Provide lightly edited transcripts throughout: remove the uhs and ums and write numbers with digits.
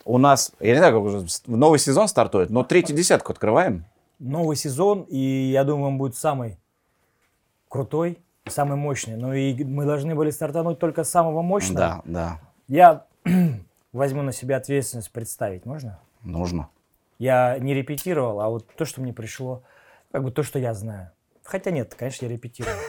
у нас, я не знаю, как уже новый сезон стартует, но третью десятку открываем. Новый сезон, и я думаю, он будет самый крутой, самый мощный. Но и мы должны были стартануть только с самого мощного. Да. Я возьму на себя ответственность представить, можно? Нужно. Я не репетировал, а вот то, что мне пришло, как бы то, что я знаю. Хотя нет, конечно, я репетировал.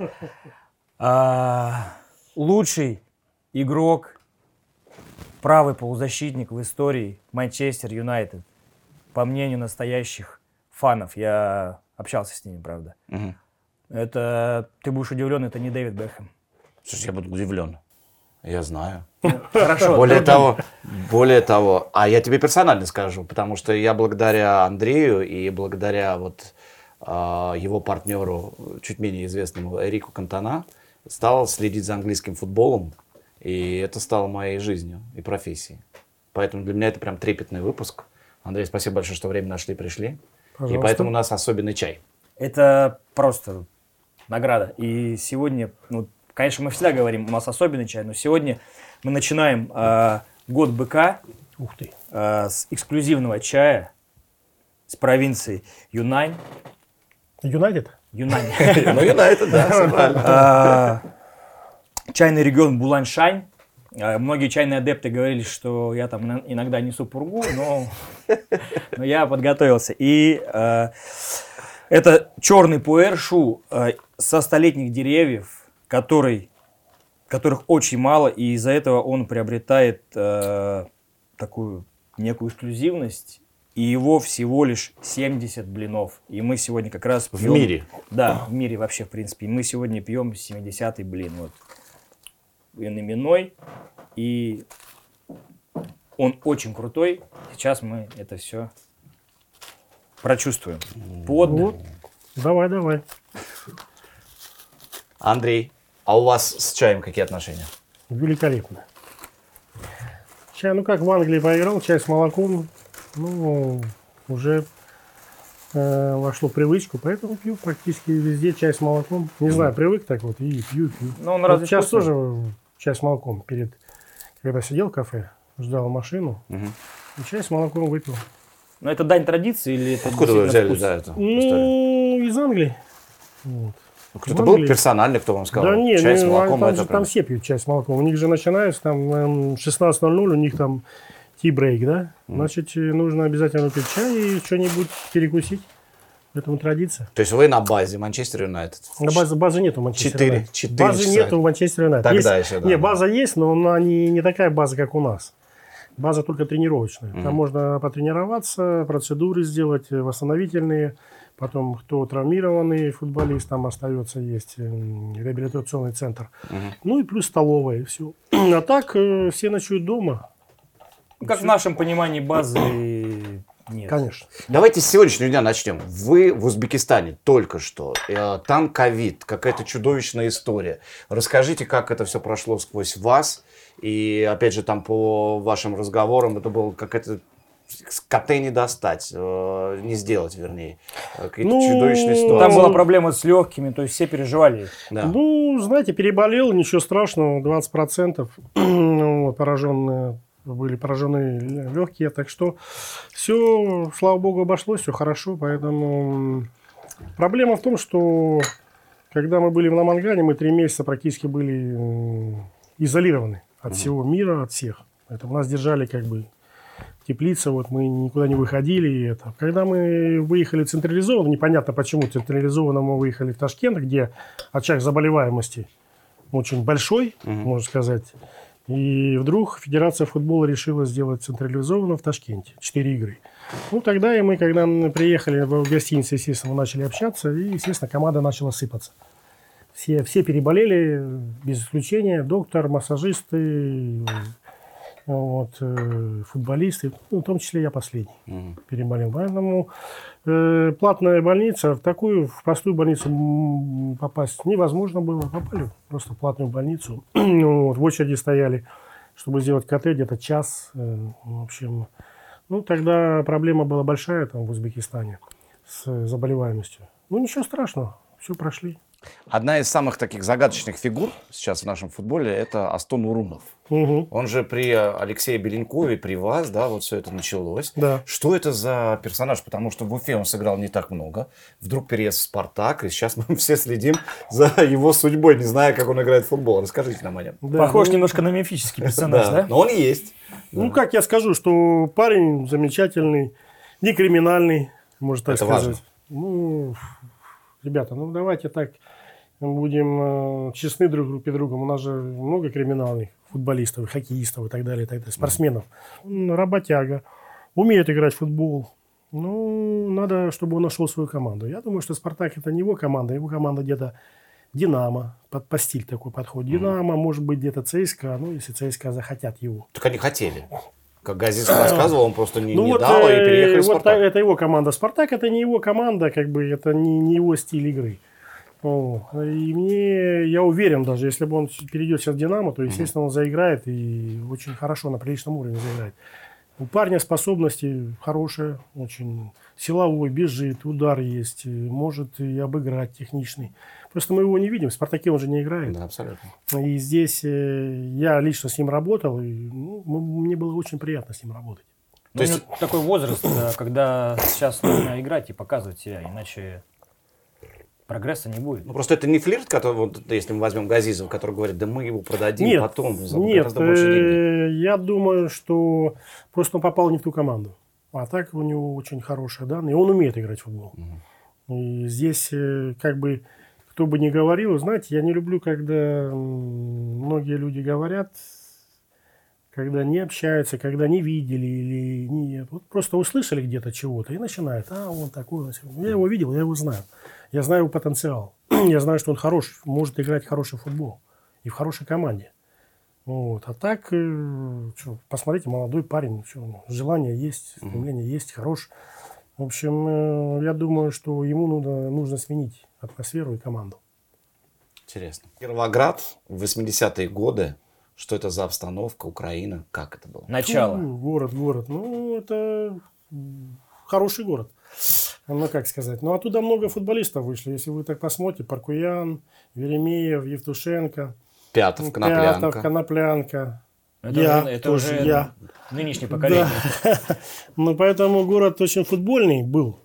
Лучший игрок, правый полузащитник в истории Манчестер Юнайтед. По мнению настоящих фанов. Я общался с ними, правда. Угу. Это, ты будешь удивлен, это не Дэвид Бекхэм. Слушай, я буду удивлен. Я знаю. Хорошо. Более того, а я тебе персонально скажу, потому что я благодаря Андрею и благодаря вот его партнеру, чуть менее известному Эрику Кантона, стал следить за английским футболом, и это стало моей жизнью и профессией. Поэтому для меня это прям трепетный выпуск. Андрей, спасибо большое, что время нашли, пришли. Пожалуйста. И поэтому у нас особенный чай. Это просто награда. И сегодня, ну, конечно, мы всегда говорим, у нас особенный чай, но сегодня мы начинаем год быка. Ух ты. С эксклюзивного чая с провинции Юнань. Юнайтед? Юнань. Ну, Юнайтед, да. Чайный регион Буланшань. Многие чайные адепты говорили, что я там иногда несу пургу, но я подготовился. И это черный пуэр-шу со столетних деревьев, которых очень мало, и из-за этого он приобретает такую некую эксклюзивность. И его всего лишь 70 блинов. И мы сегодня как раз пьем... В мире? Да, в мире вообще, в принципе. И мы сегодня пьем 70-й блин. Вот. Он именной. И он очень крутой. Сейчас мы это все прочувствуем. Вот. Давай. Андрей, а у вас с чаем какие отношения? Великолепно. Чай, ну как в Англии поиграл, чай с молоком. Ну, уже вошло в привычку, поэтому пью практически везде чай с молоком. Не знаю, привык так вот и пью. Но он вот сейчас тоже чай с молоком когда сидел в кафе, ждал машину, и чай с молоком выпил. Но это дань традиции или это откуда вы взяли за это? Ну, из Англии. Вот. Кто-то был персональный, кто вам сказал? Да нет, чай с молоком. там все пьют чай с молоком. У них же начинается там 16:00, у них там ти-брейк, да? Значит, нужно обязательно пить чай и что-нибудь перекусить. Поэтому традиция. То есть вы на базе Манчестер Юнайтед? Базы нету в Манчестер Юнайтед. 4 базы нету в Манчестер Юнайтед. Тогда еще, да. Нет, база есть, но она не такая база, как у нас. База только тренировочная. Там можно потренироваться, процедуры сделать, восстановительные. Потом, кто травмированный футболист, там остается, есть реабилитационный центр. Ну и плюс столовая, и все. А так все ночуют дома. Как в нашем понимании базы нет. Конечно. Давайте с сегодняшнего дня начнем. Вы в Узбекистане только что. Там ковид, какая-то чудовищная история. Расскажите, как это все прошло сквозь вас. И опять же, там по вашим разговорам, это было какая-то коты не достать, не сделать, вернее. Какие-то чудовищные ситуации. Там была проблема с легкими, то есть все переживали. Да. Ну, знаете, переболел, ничего страшного, 20% были поражены легкие, так что все, слава богу, обошлось, все хорошо, поэтому проблема в том, что когда мы были в Намангане, мы 3 месяца практически были изолированы от всего мира, от всех, поэтому нас держали как бы теплица, вот мы никуда не выходили. И это. Когда мы выехали централизованно, непонятно почему централизованно мы выехали в Ташкент, где очаг заболеваемости очень большой, можно сказать. И вдруг Федерация футбола решила сделать централизованно в Ташкенте 4 игры. Ну, тогда и мы, когда приехали в гостиницу, естественно, мы начали общаться, и, естественно, команда начала сыпаться. Все переболели, без исключения, доктор, массажисты, вот, футболисты, ну, в том числе я последний переболел. Поэтому платная больница, в простую больницу попасть невозможно было. Попали просто в платную больницу. Вот, в очереди стояли, чтобы сделать КТ, где-то час. В общем, ну, тогда проблема была большая там в Узбекистане с заболеваемостью. Ну, ничего страшного, все прошли. Одна из самых таких загадочных фигур сейчас в нашем футболе – это Астон Урумов. Угу. Он же при Алексее Беленкове, при вас, да, вот все это началось. Да. Что это за персонаж? Потому что в Уфе он сыграл не так много. Вдруг переезд в «Спартак», и сейчас мы все следим за его судьбой, не зная, как он играет в футбол. Расскажите нам о нем. Да, Похож ну, немножко на мифический персонаж, да? Но он есть. Ну, как я скажу, что парень замечательный, не криминальный, можно так Это сказать. важно. Ну, ребята, ну давайте так будем честны друг перед другом. У нас же много криминальных футболистов, хоккеистов и так далее, спортсменов. Он работяга, умеет играть в футбол. Ну, надо, чтобы он нашел свою команду. Я думаю, что «Спартак» это не его команда где-то «Динамо», по стиль такой подход. «Динамо», может быть, где-то «ЦСКА», ну, если «ЦСКА» захотят его. Так они хотели. Как Газиз рассказывал, он просто не вот, дал, и переехали в вот «Спартак». это его команда. «Спартак» это не его команда, как бы это не его стиль игры. И я уверен, даже если бы он перейдет сейчас в «Динамо», то, естественно, он заиграет и очень хорошо, на приличном уровне заиграет. У парня способности хорошие, очень силовой, бежит, удар есть, может и обыграть техничный. Просто мы его не видим, в «Спартаке» он же не играет. Да, абсолютно. И здесь я лично с ним работал, и мне было очень приятно с ним работать. То есть такой возраст, когда сейчас нужно играть и показывать себя, иначе прогресса не будет. Ну, просто это не флирт, который, вот, если мы возьмем Газизова, который говорит, да мы его продадим Нет, потом за нет, гораздо больше денег. Я думаю, что просто он попал не в ту команду. А так у него очень хорошие данные, и он умеет играть в футбол. И здесь, как бы, кто бы ни говорил, знаете, я не люблю, когда многие люди говорят, когда не общаются, когда не видели или нет. Вот просто услышали где-то чего-то и начинают. Он такой. Я его видел, я его знаю. Я знаю его потенциал. Я знаю, что он хорош, может играть хороший футбол. И в хорошей команде. Вот. А так, посмотрите, молодой парень. Желание есть, стремление есть, хорош. В общем, я думаю, что ему нужно сменить атмосферу и команду. Интересно. Кировоград в 80-е годы. Что это за обстановка, Украина? Как это было? Начало. Город. Ну, это хороший город. Ну, как сказать. Ну, оттуда много футболистов вышли. Если вы так посмотрите, Паркуян, Веремеев, Евтушенко. Пятов, Коноплянка. Это уже нынешнее поколение. Да. Ну, поэтому город очень футбольный был.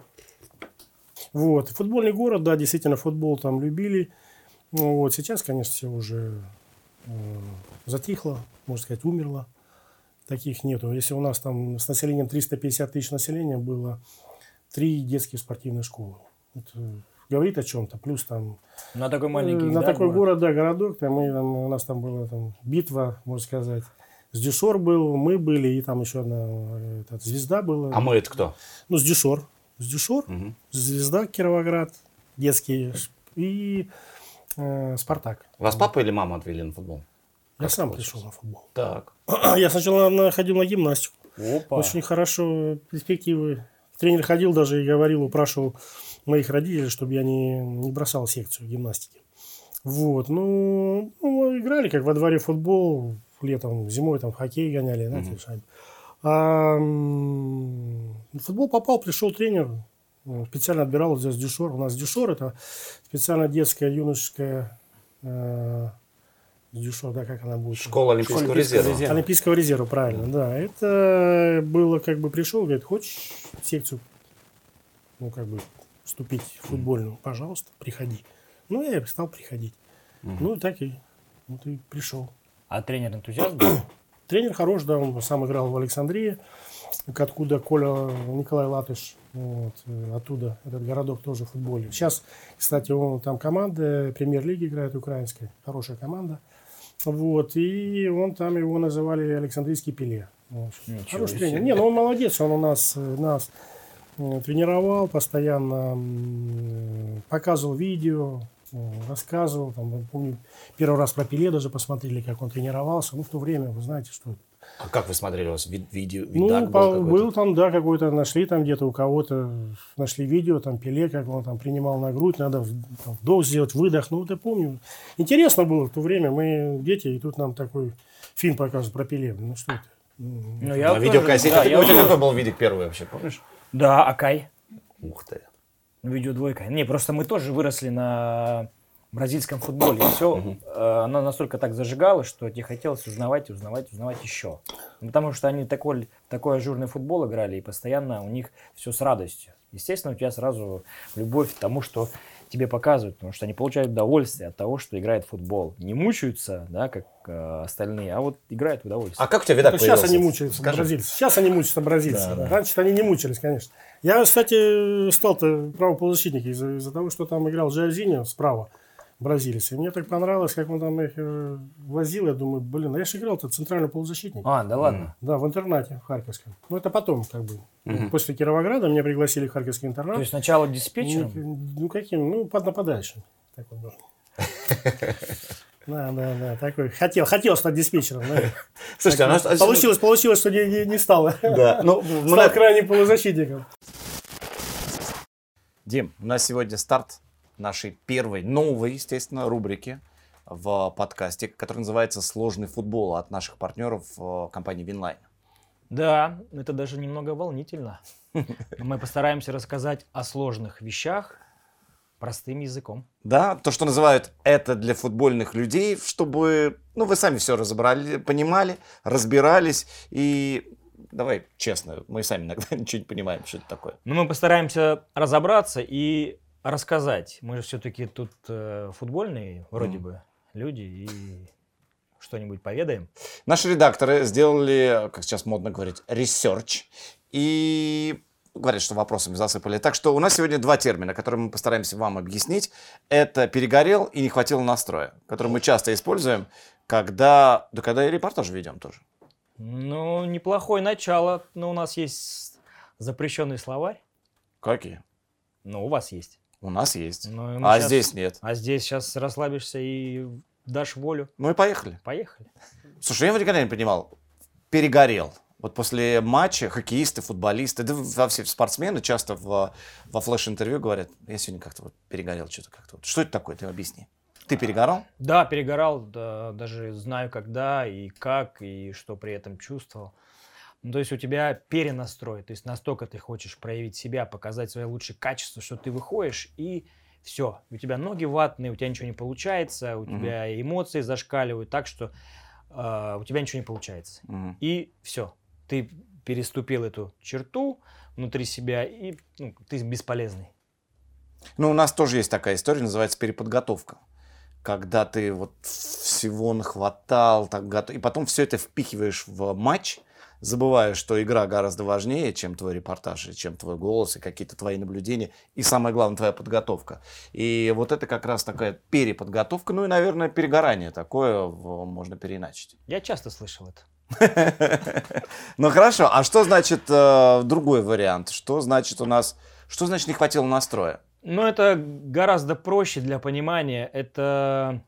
Вот. Футбольный город, да, действительно, футбол там любили. Вот. Сейчас, конечно, все уже затихло, можно сказать, умерло. Таких нету. Если у нас там с населением 350 тысяч населения было 3 детские спортивные школы. Это говорит о чем-то. Плюс там... На такой маленький город, да, городок. У нас там была битва, можно сказать. С Дюшор был, мы были, и там еще одна Звезда была. А мы это кто? Ну, с Дюшор. Звезда, Кировоград, детские. И Спартак. Вас папа или мама отвели на футбол? Я сам пришел на футбол. Так. Я сначала ходил на гимнастику. Опа. Очень хорошо, перспективы. Тренер ходил даже и говорил, упрашивал моих родителей, чтобы я не бросал секцию гимнастики. Вот. Ну, мы играли как во дворе в футбол, летом, зимой там в хоккей гоняли, знаете, шайбу. А в футбол пришел тренер, специально отбирал здесь Дюшор. У нас Дюшор это специально детская, юношеская Дюшор, да, как она будет? Школа Олимпийского резерва. Олимпийского резерва, правильно, да. Это было как бы пришел, говорит, хочешь в секцию, вступить в футбольную, пожалуйста, приходи. Ну, я стал приходить. Ну, и так и пришел. А тренер энтузиаст был? Тренер хорош, да, он сам играл в Александрии, откуда Николай Латыш, оттуда, этот городок тоже в футболе. Сейчас, кстати, там команда премьер-лиги играет, украинская, хорошая команда. Вот, и его называли Александрийский Пеле. Хороший тренер. Он молодец, он у нас тренировал постоянно, показывал видео, рассказывал. Помню, первый раз про Пеле даже посмотрели, как он тренировался. В то время, вы знаете, что это. А как вы смотрели, у вас видео? Был там, да, какой-то, нашли там где-то у кого-то, нашли видео, там Пеле, как он там принимал на грудь, надо вдох сделать, выдох. Ну, вот я помню. Интересно было в то время, мы дети, и тут нам такой фильм показывают про Пеле. Ну, что это? На видеокассете. У тебя какой был видик первый вообще, помнишь? Да, Акай. Ух ты. Видеодвойка. Не, просто мы тоже выросли на бразильском футболе. И все, оно настолько так зажигало, что тебе хотелось узнавать еще. Потому что они такой ажурный футбол играли, и постоянно у них все с радостью. Естественно, у тебя сразу любовь к тому, что тебе показывают, потому что они получают удовольствие от того, что играет в футбол. Не мучаются, да, как остальные, а вот играют в удовольствие. А как у тебя видак появился? Сейчас они мучаются, бразильцы. Сейчас они мучатся, бразильцы. Да. Раньше они не мучились, конечно. Я, кстати, стал-то правополузащитником из-за того, что там играл Джаирзиньо справа, бразилец. И мне так понравилось, как он там их возил. Я думаю, блин, а я же играл-то центральный полузащитник. А, да ладно? Да, в интернате в Харьковском. Ну, это потом, как бы. После Кировограда меня пригласили в Харьковский интернат. То есть сначала диспетчером? Ну, каким? Ну, под нападающим. Так вот был. Да, такой. Хотел стать диспетчером. Слушайте, Получилось, что не стало. Да. Стал крайним полузащитником. Дим, у нас сегодня старт нашей первой, новой, естественно, рубрики в подкасте, который называется «Сложный футбол» от наших партнеров компании Winline. Да, это даже немного волнительно. Мы постараемся рассказать о сложных вещах простым языком. Да, то, что называют это для футбольных людей, чтобы, вы сами все разобрали, понимали, разбирались и... Давай честно, мы сами иногда ничего не понимаем, что это такое. Но мы постараемся разобраться и рассказать. Мы же все-таки тут футбольные вроде бы люди и что-нибудь поведаем. Наши редакторы сделали, как сейчас модно говорить, ресерч и говорят, что вопросами засыпали. Так что у нас сегодня два термина, которые мы постараемся вам объяснить. Это «перегорел» и «не хватило настроя», которые мы часто используем, когда и репортаж ведем тоже. Ну, неплохое начало. Но у нас есть запрещенный словарь. Какие? Ну, у вас есть. У нас есть. Здесь нет. А здесь сейчас расслабишься и дашь волю. Ну и поехали. Поехали. Слушай, я никогда не понимал. Перегорел. Вот после матча хоккеисты, футболисты, да вообще спортсмены часто во флеш-интервью говорят, я сегодня как-то вот перегорел, что-то как-то. Что это такое? Ты объясни. Ты перегорал? Да, перегорал. Да, даже знаю, когда и как, и что при этом чувствовал. Ну, то есть у тебя перенастрой. То есть настолько ты хочешь проявить себя, показать свои лучшие качества, что ты выходишь и все. У тебя ноги ватные, у тебя ничего не получается, у тебя эмоции зашкаливают так, что у тебя ничего не получается. И все. Ты переступил эту черту внутри себя, и ты бесполезный. Ну, у нас тоже есть такая история, называется переподготовка. Когда ты вот всего нахватал, и потом все это впихиваешь в матч, забывая, что игра гораздо важнее, чем твой репортаж, чем твой голос, и какие-то твои наблюдения, и самое главное, твоя подготовка. И вот это как раз такая переподготовка, ну и, наверное, перегорание такое можно переиначить. Я часто слышал это. Ну хорошо, а что значит другой вариант? Что значит не хватило настроя? Ну, это гораздо проще для понимания. Это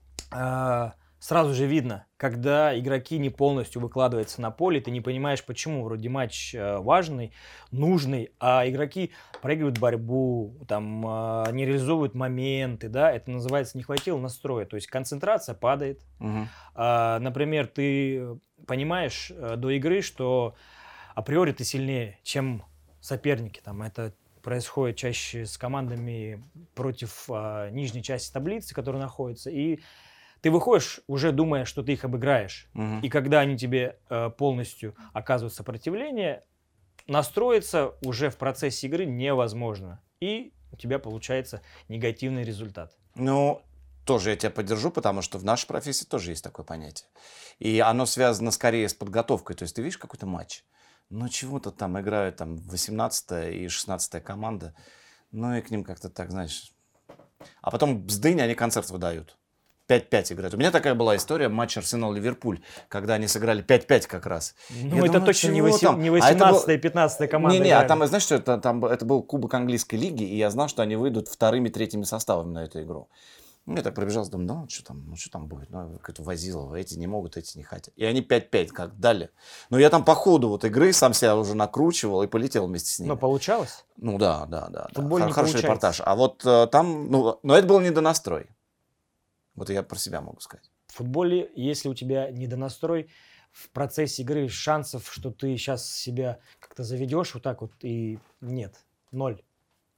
сразу же видно, когда игроки не полностью выкладываются на поле, ты не понимаешь, почему. Вроде матч важный, нужный, а игроки проигрывают борьбу, там, не реализовывают моменты, да, это называется «не хватило настроя». То есть концентрация падает. Например, ты понимаешь до игры, что априори ты сильнее, чем соперники. Там, это происходит чаще с командами против нижней части таблицы, которые находятся, и ты выходишь, уже думая, что ты их обыграешь. И когда они тебе полностью оказывают сопротивление, настроиться уже в процессе игры невозможно. И у тебя получается негативный результат. Ну, тоже я тебя поддержу, потому что в нашей профессии тоже есть такое понятие. И оно связано скорее с подготовкой. То есть ты видишь какой-то матч, ну чего-то там играют 18-я и 16-я команда, ну и к ним как-то так, знаешь. А потом сдынь, они концерт выдают. 5-5 играют. У меня такая была история, матч Арсенал-Ливерпуль, когда они сыграли 5-5 как раз. Ну, это думаю, точно не 18-я и 15-я команда. Не-не, а там, знаешь, что это был Кубок Английской лиги, и я знал, что они выйдут вторыми, третьими составами на эту игру. Я так пробежал, думаю, что там будет? Какое-то Возилово, эти не могут, эти не хотят. И они 5-5 как дали. Но я там по ходу игры сам себя уже накручивал и полетел вместе с ними. Но получалось? Ну да. Хороший репортаж. А вот там, но это был недонастрой. Вот я про себя могу сказать. В футболе, если у тебя недонастрой, в процессе игры шансов, что ты сейчас себя как-то заведешь вот так вот, и нет, 0.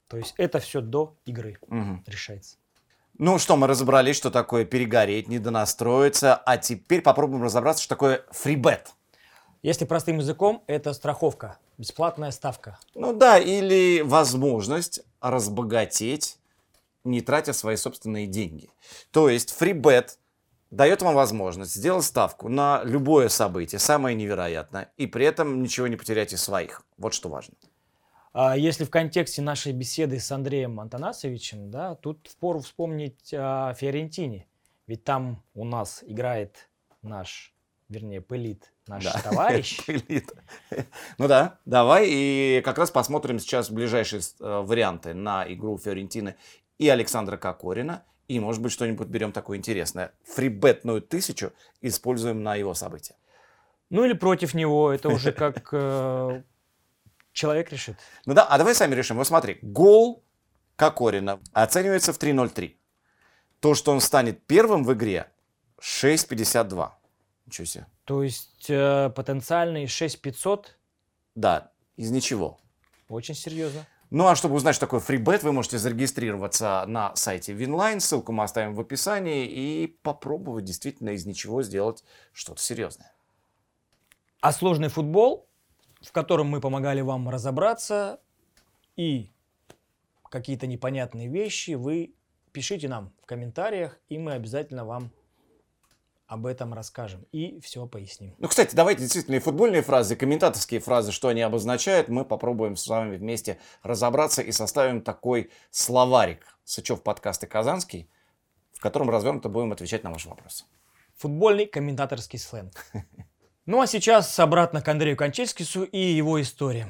То есть это все до игры решается. Ну что, мы разобрались, что такое перегореть, недонастроиться, а теперь попробуем разобраться, что такое фрибет. Если простым языком, это страховка, бесплатная ставка. Ну да, или возможность разбогатеть, не тратя свои собственные деньги. То есть фрибет дает вам возможность сделать ставку на любое событие, самое невероятное, и при этом ничего не потерять из своих. Вот что важно. А если в контексте нашей беседы с Андреем Антонасовичем, да, тут впору вспомнить о Фиорентине. Ведь там у нас играет пылит наш товарищ. Пылит. Ну да, давай и как раз посмотрим сейчас ближайшие варианты на игру Фиорентины и Александра Кокорина. И, может быть, что-нибудь берем такое интересное. Фрибетную 1000 используем на его событие. Ну или против него, это уже как человек решит. Ну да, а давай сами решим. Вот смотри, гол Кокорина оценивается в 3.03. То, что он станет первым в игре, 6.52. Ничего себе. То есть потенциальный 6500? Да, из ничего. Очень серьезно. Ну а чтобы узнать, что такое фрибет, вы можете зарегистрироваться на сайте Winline, ссылку мы оставим в описании, и попробовать действительно из ничего сделать что-то серьезное. А сложный футбол, в котором мы помогали вам разобраться, и какие-то непонятные вещи, вы пишите нам в комментариях, и мы обязательно вам об этом расскажем и все поясним. Ну, кстати, давайте действительно и футбольные фразы, и комментаторские фразы, что они обозначают, мы попробуем с вами вместе разобраться и составим такой словарик Сычев подкаст и Казанский, в котором развернуто будем отвечать на ваши вопросы. Футбольный комментаторский сленг. Ну а сейчас обратно к Андрею Кончельскису и его историям.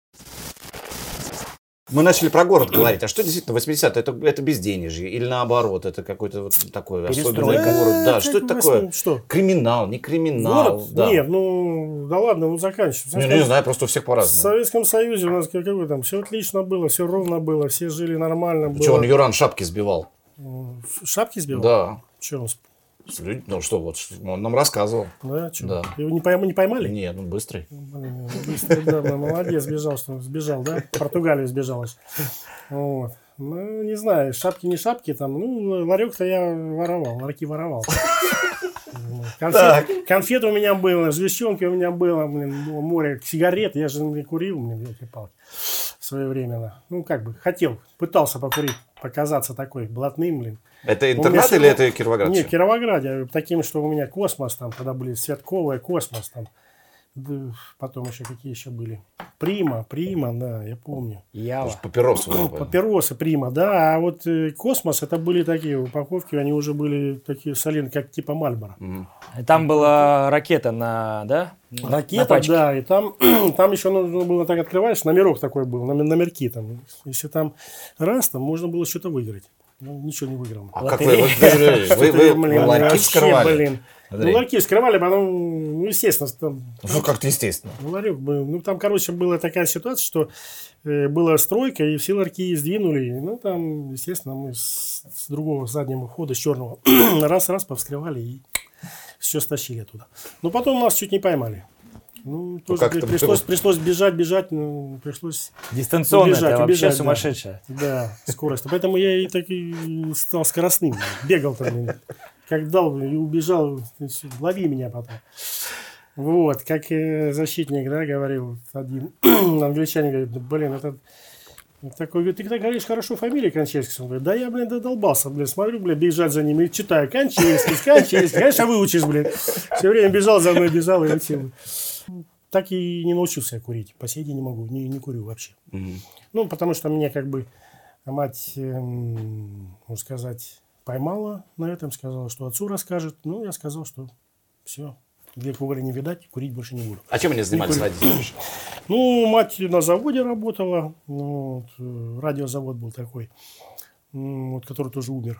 Мы начали про город говорить. А что действительно 80-е? Это безденежье? Или наоборот, это какой-то вот такой особенный город? Да, что это такое? Что? Криминал, не криминал? Город? Да. Нет, да ладно, заканчиваем. Не знаю, просто у всех В по-разному. Советском Союзе у нас какой там, все отлично было, все ровно было, все жили нормально. Что, он Юран шапки сбивал? Шапки сбивал? Да. Че он? Ну что, вот он нам рассказывал. Да, что? Да. Его не поймали? Нет, он быстрый. Блин, быстрый, да, молодец, сбежал, да? В Португалию сбежал. Вот. Ну, не знаю, шапки не шапки там. Ну, ларек-то я воровал, ларьки воровал. Конфеты у меня было, сгущенки у меня было, море сигарет. Я же не курил, елки-палки, своевременно. Ну, как бы, пытался покурить, показаться такой блатным, Это интернат или это Кировоград? Нет, в Кировограде. Таким, что у меня космос, там, когда были Святковые, космос, там. Да, потом еще какие еще были. Прима, да, я помню. Ява. Папиросы. Папиросы, Прима, да. А вот Космос, это были такие упаковки, они уже были такие соленые, как типа Мальборо. Там была ракета да? Ракета, да. И там еще нужно было так открываешь, номерок такой был, номерки там. Если там раз, там можно было что-то выиграть. Ну, ничего не выиграл. А как вы ларьки вскрывали? Ну, ларьки вскрывали, потом, естественно. Там, как-то естественно. Ларек был. Там, была такая ситуация, что была стройка, и все ларьки сдвинули. Ну, там, естественно, мы с другого заднего входа, с черного, раз-раз повскрывали и все стащили оттуда. Но потом нас чуть не поймали. Ну, тоже пришлось бежать, пришлось дистанционно, это вообще сумасшедшая. Да, скорость. Поэтому я и стал скоростным. Бегал там, как дал и убежал. Лови меня потом. Вот, как защитник, да, говорил один англичанин, говорит, это такой, говорит, ты говоришь хорошо фамилия Кончельский? Он говорит, да я, додолбался, смотрю, бежать за ним и читаю, Кончельский, конечно, выучишь, Все время бежал за мной, бежал и учил. Так и не научился я курить. По сей день не могу, не курю вообще. Ну, потому что меня мать, можно сказать, поймала на этом, сказала, что отцу расскажет. Ну, я сказал, что все, век в не видать, курить больше не буду. А чем они занимались родители? Ну, мать на заводе работала, радиозавод был такой, который тоже умер.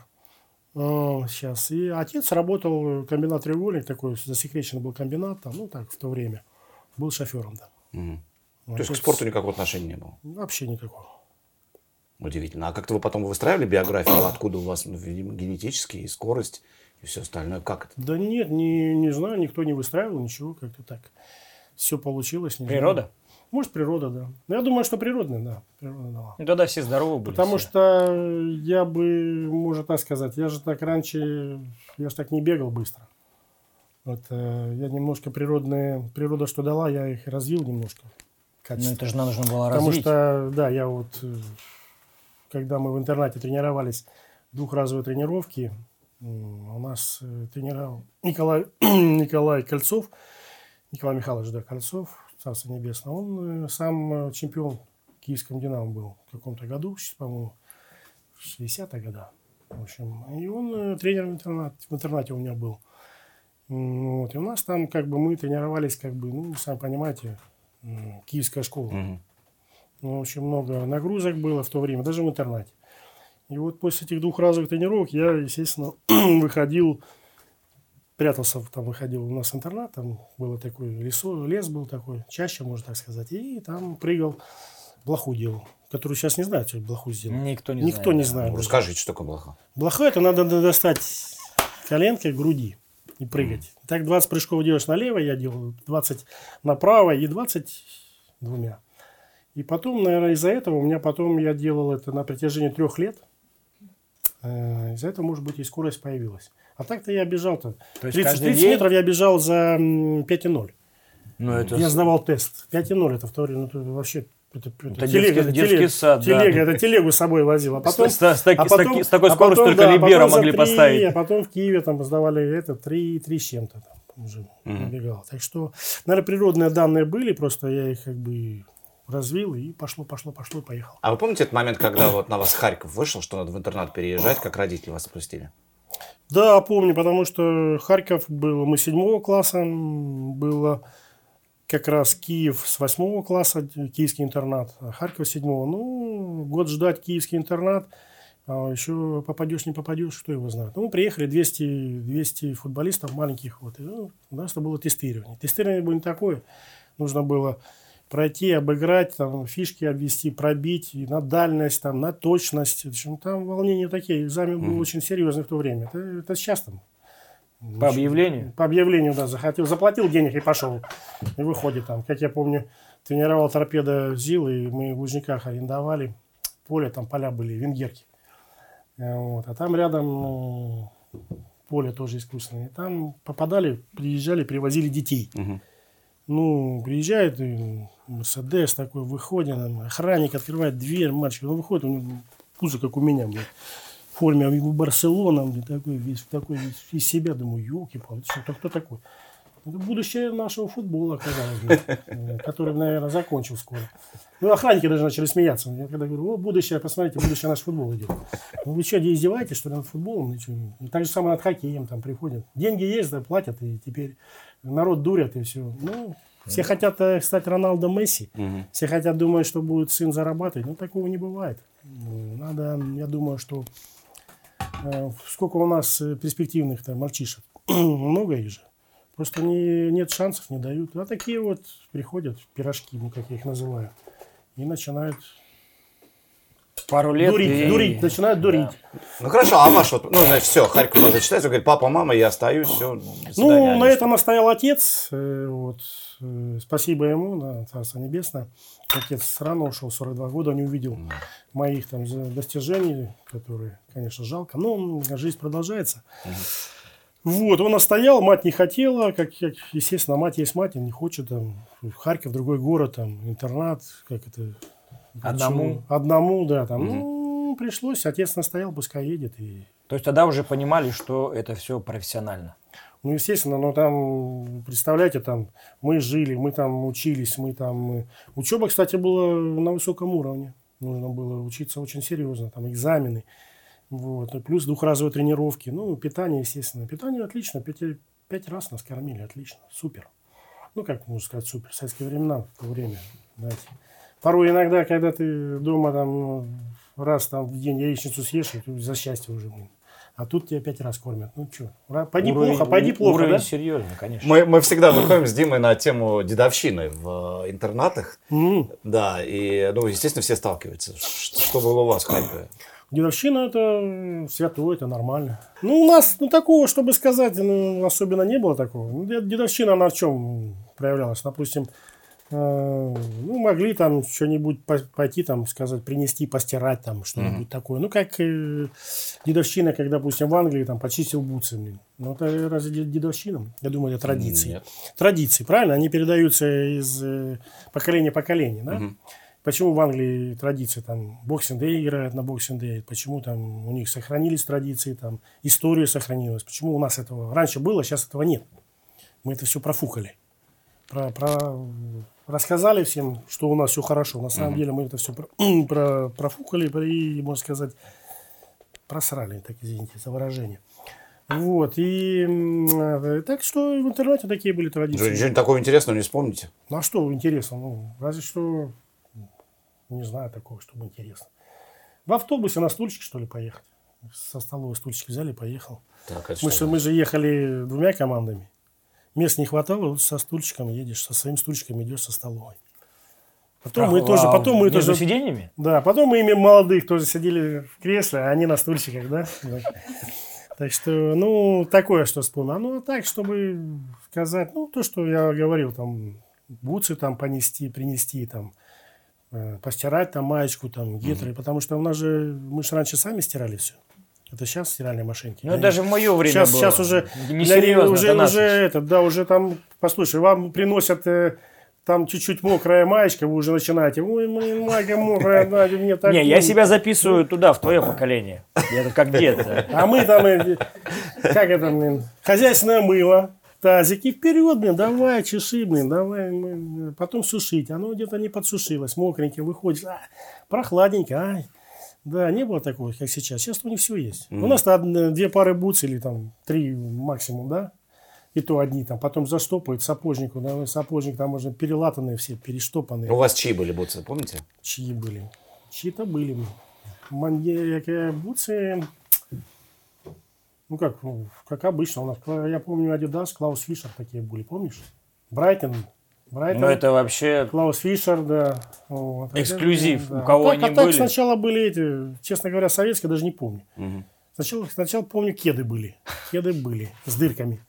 Сейчас. И отец работал, комбинат «Треугольник», такой засекреченный был комбинат, там, в то время. Был шофером, да. То есть к спорту никакого отношения не было? Вообще никакого. Удивительно. А как-то вы потом выстраивали биографию? Откуда у вас генетические, и скорость, и все остальное? Как это? Да нет, не знаю, никто не выстраивал, ничего, как-то так. Все получилось. Природа? Может, природа, да. Но я думаю, что природная, да. Природа дала. Ну, тогда все здоровы были. Потому все. что я бы, можно так сказать, я же так раньше, я же так не бегал быстро. Вот, я немножко природа что дала, я их развил немножко. Ну, это же нужно было Потому развить. что, да, я вот, когда мы в интернате тренировались, двухразовые тренировки, у нас тренировал Николай Кольцов, Николай Михайлович, да, Кольцов, Царство Небесное, он сам чемпион в Киевском «Динамо» был в каком-то году, по-моему, в 60-х годах. В общем, и он тренер в интернате у меня был. Вот, и у нас там как бы мы тренировались, как бы, ну, сами понимаете, киевская школа. Ну, очень много нагрузок было в то время, даже в интернате. И вот после этих двухразовых тренировок я, естественно, выходил, прятался, там выходил у нас интернат, там был такой лес был такой, чаще, можно так сказать, и там прыгал, блоху делал, которую сейчас не знаю, что блоху сделал. Никто не Никто знает. не да. знает. Ну, расскажите, что такое блоха. Блоху это надо достать коленкой груди и прыгать. Так 20 прыжков делаешь налево, я делал 20 направо и 20 двумя. И потом, наверное, из-за этого у меня потом я делал это на протяжении 3 лет. Из-за этого, может быть, и скорость появилась. А так-то я бежал-то. То есть 30 каждый день? метров я бежал за 5,0. Ну, это Я сдавал тест. 5,0 это в то время, ну, это вообще... Это детский сад, да. Это телегу с собой возил. А потом, с такой скоростью только да, Либера потом за могли 3, поставить. А потом в Киеве там сдавали 3 с чем-то там уже набегал. Так что, наверное, природные данные были, просто я их как бы развил и пошло и поехал. А вы помните этот момент, когда вот на вас Харьков вышел, что надо в интернат переезжать, как родители вас отпустили? Да, помню, потому что Харьков был, мы 7 класса, было как раз Киев с 8 класса, киевский интернат, а Харьков с 7. Ну, год ждать киевский интернат, а еще попадешь, не попадешь, кто его знает. Ну, приехали 200 футболистов маленьких, вот, и, ну, у нас это было тестирование. Тестирование было не такое, нужно было пройти, обыграть, там, фишки обвести, пробить, и на дальность, там, на точность. В общем, там волнения такие, экзамен был очень серьезный в то время. Это сейчас там. По объявлению? По объявлению, да, заплатил денег и пошел. И выходит там. Как я помню, тренировал торпедо ЗИЛ, и мы в Лужниках арендовали поле, там поля были, венгерки. Вот. А там рядом поле тоже искусственное. И там попадали, приезжали, привозили детей. Ну, приезжает, Мерседес такой, выходит, охранник открывает дверь, мальчик, он выходит, у него пузо, как у меня, блядь, в форме Барселона, блядь, такой весь из себя, думаю, ёлки-палки, что кто такой? Это будущее нашего футбола, оказалось, блядь, который, наверное, закончил скоро. Ну, охранники даже начали смеяться. Я когда говорю, о, будущее, посмотрите, будущее наш футбол идет. Ну, вы что, издеваетесь, что ли, над футболом? И так же самое над хоккеем там приходят. Деньги есть, да, платят, и теперь народ дурят, и все. Ну, все хотят стать Роналдо, Месси. Все хотят думать, что будет сын зарабатывать. Но такого не бывает. Надо, я думаю, что сколько у нас перспективных мальчишек. Много их же. Просто нет шансов, не дают. А такие вот приходят, пирожки, ну, как я их называю, и начинают пару лет дурить, начинают дурить. Да. Ну хорошо, а ваш вот, ну, значит, все, Харьков зачитается, говорит, папа, мама, я остаюсь, все, до свидания. Ну, на этом настоял отец, вот, спасибо ему, да, Царство Небесное. Отец рано ушел, 42 года, не увидел моих там достижений, которые, конечно, жалко, но жизнь продолжается. Вот, он настоял, мать не хотела, как естественно, мать есть мать, не хочет, там, Харьков, другой город, там, интернат, как это... Одному, да, там, ну, пришлось, отец настоял, пускай едет. То есть тогда уже понимали, что это все профессионально? Ну, естественно, но там, представляете, там, мы жили, мы там учились, Учеба, кстати, была на высоком уровне, нужно было учиться очень серьезно, там, экзамены. Вот. И плюс двухразовые тренировки. Ну, питание, естественно. Питание отлично. 5 раз нас кормили. Отлично. Супер. Ну, как можно сказать, супер. В советские времена, в то время. Знаете. Порой иногда, когда ты дома там раз там, в день яичницу съешь, за счастье уже. А тут тебя 5 раз кормят. Ну, что? Пойди плохо, уровень да? серьезный, конечно. Мы всегда выходим с Димой на тему дедовщины в интернатах. Да, и, ну, естественно, все сталкиваются. Что было у вас в Харькове? Дедовщина – это святое, это нормально. Ну, у нас такого, чтобы сказать, особенно не было такого. Дедовщина, она в чем проявлялась? Допустим, мои могли там что-нибудь пойти, там, сказать, принести, постирать, там, что-нибудь такое. Ну, как дедовщина, когда, допустим, в Англии, там, почистил бутсы, блин. Ну, это разве дедовщина? Я думаю, это традиции. Нет. Традиции, правильно? Они передаются из поколения в поколение, да? Почему в Англии традиции, там, Boxing Day играют на Boxing Day, почему там у них сохранились традиции, там, история сохранилась, почему у нас этого раньше было, сейчас этого нет. Мы это все профукали. Рассказали всем, что у нас все хорошо. На самом деле мы это все профукали и, можно сказать, просрали, так извините за выражение. Вот, и так что в интернете такие были традиции. Ничего такого интересного не вспомните? Ну, а что интересно? Ну, разве что, не знаю такого, чтобы интересно. В автобусе на стульчик, что ли, поехать? Со столовой стульчик взяли, поехал. Так, Мы же ехали двумя командами. Мест не хватало, вот со стульчиком едешь, со своим стульчиком идешь со столовой. Потом мы тоже... Между сиденьями? Да, потом мы ими молодых тоже сидели в кресле, а они на стульчиках, да? Так что, ну, такое, что вспомнил. Ну, а так, чтобы сказать, ну, то, что я говорил, там, бутсы там принести, там, постирать там маечку, там, гетры, потому что у нас же, мы же раньше сами стирали все. Это сейчас стиральные машинки. Ну, даже в мое время было. Сейчас уже... Несерьезно. Уже там, послушай, вам приносят там чуть-чуть мокрая маечка, вы уже начинаете. Ой, блин, майка мокрая, да, мне так... Не, я себя записываю туда, в твое поколение. Я как дед. А мы там, как это, блин, хозяйственное мыло, тазики вперед, блин, давай, чеши, блин, давай, потом сушить. Оно где-то не подсушилось, мокреньким выходит, прохладненько, ай. Да, не было такого, как сейчас. Сейчас у них все есть. У нас-то 2 пары бутс или там 3 максимум, да? И то одни там. Потом заштопают сапожнику. Да? Сапожник там уже перелатанные все, перештопанные. У вас чьи были бутсы, помните? Чьи были? Чьи-то были. Бутсы... Ну, как обычно. У нас, я помню, Adidas, Клаус Фишер такие были, помнишь? Брайтон. Ну, это вообще... Клаус Фишер, да. Вот. Эксклюзив. Да. У кого они были? Сначала были эти, честно говоря, советские, даже не помню. Сначала помню, кеды были. Кеды были с дырками.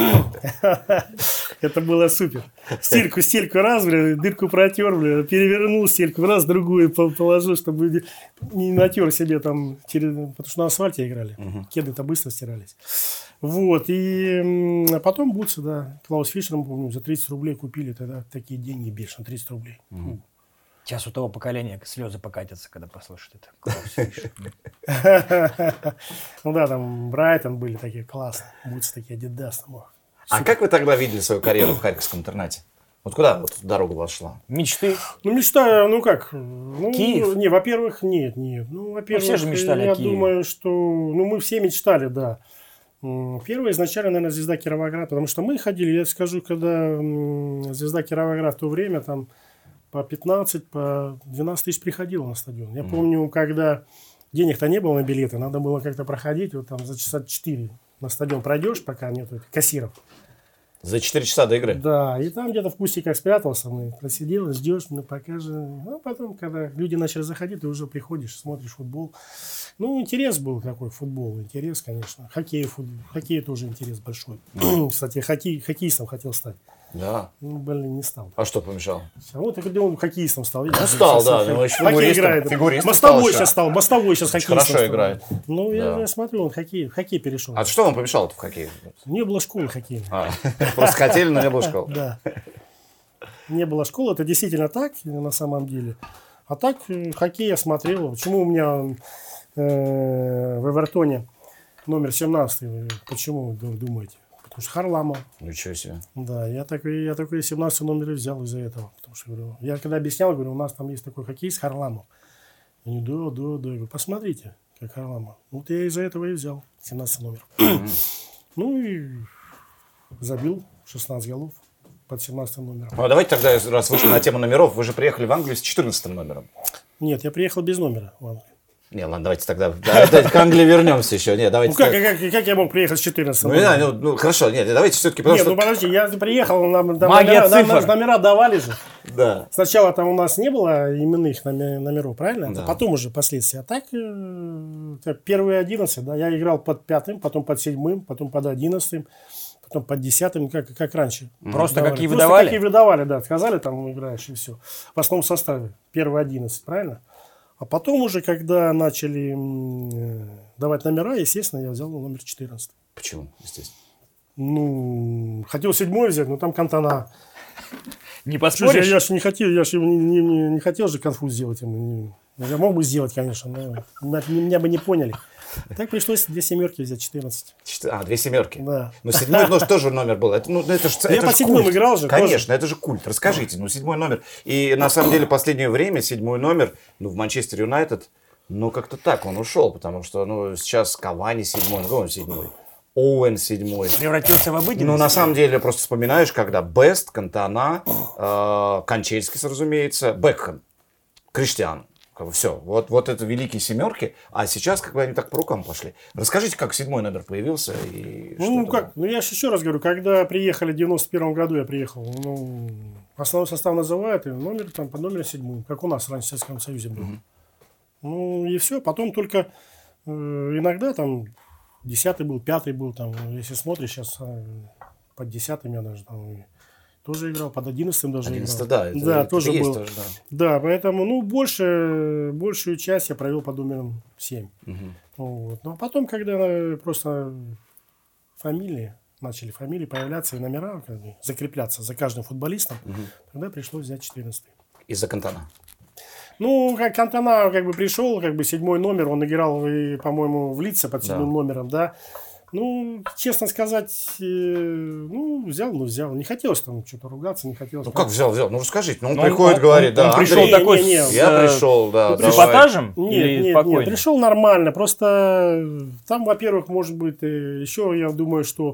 Это было супер. Стельку раз, дырку протер, перевернул стельку, раз, другую положил, чтобы не натер себе там, потому что на асфальте играли. Кеды-то быстро стирались. Вот, и потом бутсы, да, Клаус Фишер, помню, за 30 рублей купили тогда такие деньги бешеные, 30 рублей. Сейчас у того поколения слезы покатятся, когда послушают это. Клаус Фишер. Ну да, там Брайтон были такие классные, бутсы такие Adidas. А как вы тогда видели свою карьеру в Харьковском интернате? Вот куда вот дорога у вас шла? Мечты? Ну, мечта, ну как? Киев? Не, во-первых, нет. Ну, во-первых, все же мечтали я о Киеве. думаю, что... Ну, мы все мечтали, да. Первое, изначально, наверное, «Звезда Кировоград», потому что мы ходили, я скажу, когда «Звезда Кировоград» в то время, там, по 15, по 12 тысяч приходило на стадион. Я помню, когда денег-то не было на билеты, надо было как-то проходить, вот там за часа 4 на стадион пройдешь, пока нету кассиров. За 4 часа до игры? Да, и там где-то в кустиках спрятался, просидел, ждешь, покажи. Ну, потом, когда люди начали заходить, ты уже приходишь, смотришь футбол. Ну, интерес был такой, футбол, интерес, конечно. Хоккей тоже интерес большой. Кстати, хоккеистом хотел стать. Да. Ну, блин, не стал. А что помешало? Вот и когда он хоккеистом стал. Ну, стал, да. Хоккей играет. Мостовой сейчас стал, мостовой сейчас хоккеистом хорошо стал. играет. Ну, я смотрю, он в хоккей перешел. А что вам помешало-то в хоккее? Не было школы хоккейной. Просто хотели, но не было школы. Да. Не было школы, это действительно так, на самом деле. А так, хоккей я смотрел. Почему у меня в Эвертоне номер 17? Почему, думаете? Потому что Харламов. Ничего себе. Да, я такой 17 номер и взял из-за этого. Потому что, говорю, я когда объяснял, говорю, у нас там есть такой хоккеист Харламов. Они, да. Я говорю, посмотрите, как Харламов. Вот я из-за этого и взял 17 номер. Ну и забил 16 голов под 17 номером. Ну, а давайте тогда, раз вышли на тему номеров, вы же приехали в Англию с 14 номером. Нет, я приехал без номера в Англию. Не, ладно, давайте тогда к Англии вернемся еще. Не, давайте. Ну как я мог приехать с 14 номером? Ну хорошо, нет, давайте все-таки. Нет, ну подожди, я приехал, нам номера давали же. Да. Сначала там у нас не было именных номеров, правильно? Да. Потом уже впоследствии. А так, первые 11, да, я играл под 5, потом под 7, потом под 11. потом под 10-м, как раньше. Просто как и Просто выдавали? как и выдавали, да. Сказали, там играешь и все. В основном составе. Первые 11, правильно? А потом уже, когда начали давать номера, естественно, я взял номер 14. Почему, естественно? Ну, хотел 7 взять, но там Кантана. Не Слушай, поспоришь? я же не хотел, не хотел же конфуз сделать. Я мог бы сделать, конечно, но меня бы не поняли. Так пришлось 2 семерки взять, 14. 2 семерки. Да. Ну, 7-й тоже номер был. Это же Я под 7-м играл же. Конечно, это же культ. Расскажите, 7-й номер. И на самом деле, последнее время 7-й номер, в Манчестер Юнайтед, как-то так он ушел, потому что, сейчас Кавани 7-й, он 7-й. Оуэн 7-й. Превратился в обыденность? На самом деле, просто вспоминаешь, когда Бест, Кантана, Кончельскис, разумеется, Бекхэм, Криштиану. Все, вот это великие семерки, а сейчас они так по рукам пошли. Расскажите, как 7-й номер появился и я же еще раз говорю, когда приехали в 91 году, я приехал, основной состав называют, и номер там под номером 7, как у нас раньше в Советском Союзе был. И все, потом только иногда там 10-й был, 5-й был, там, если смотришь, сейчас под 10-м я даже там тоже играл, под 11-м даже 11, играл. Да, тоже есть был. тоже, да. Да, поэтому, большую часть я провел под номером 7. Ну, а потом, когда просто начали фамилии появляться и номера закрепляться за каждым футболистом, тогда пришлось взять 14-й. Из-за Кантана. Как Кантана пришел, 7-й номер, он играл, по-моему, в Лидсе под 7-м номером, да. Честно сказать, взял. Не хотелось там что-то ругаться, не хотелось. Как взял? Расскажите. Он приходит, говорит, да. Он пришел такой я пришел, да. с эпатажем? Или спокойно? Нет, пришел нормально. Просто там, во-первых, может быть, еще я думаю, что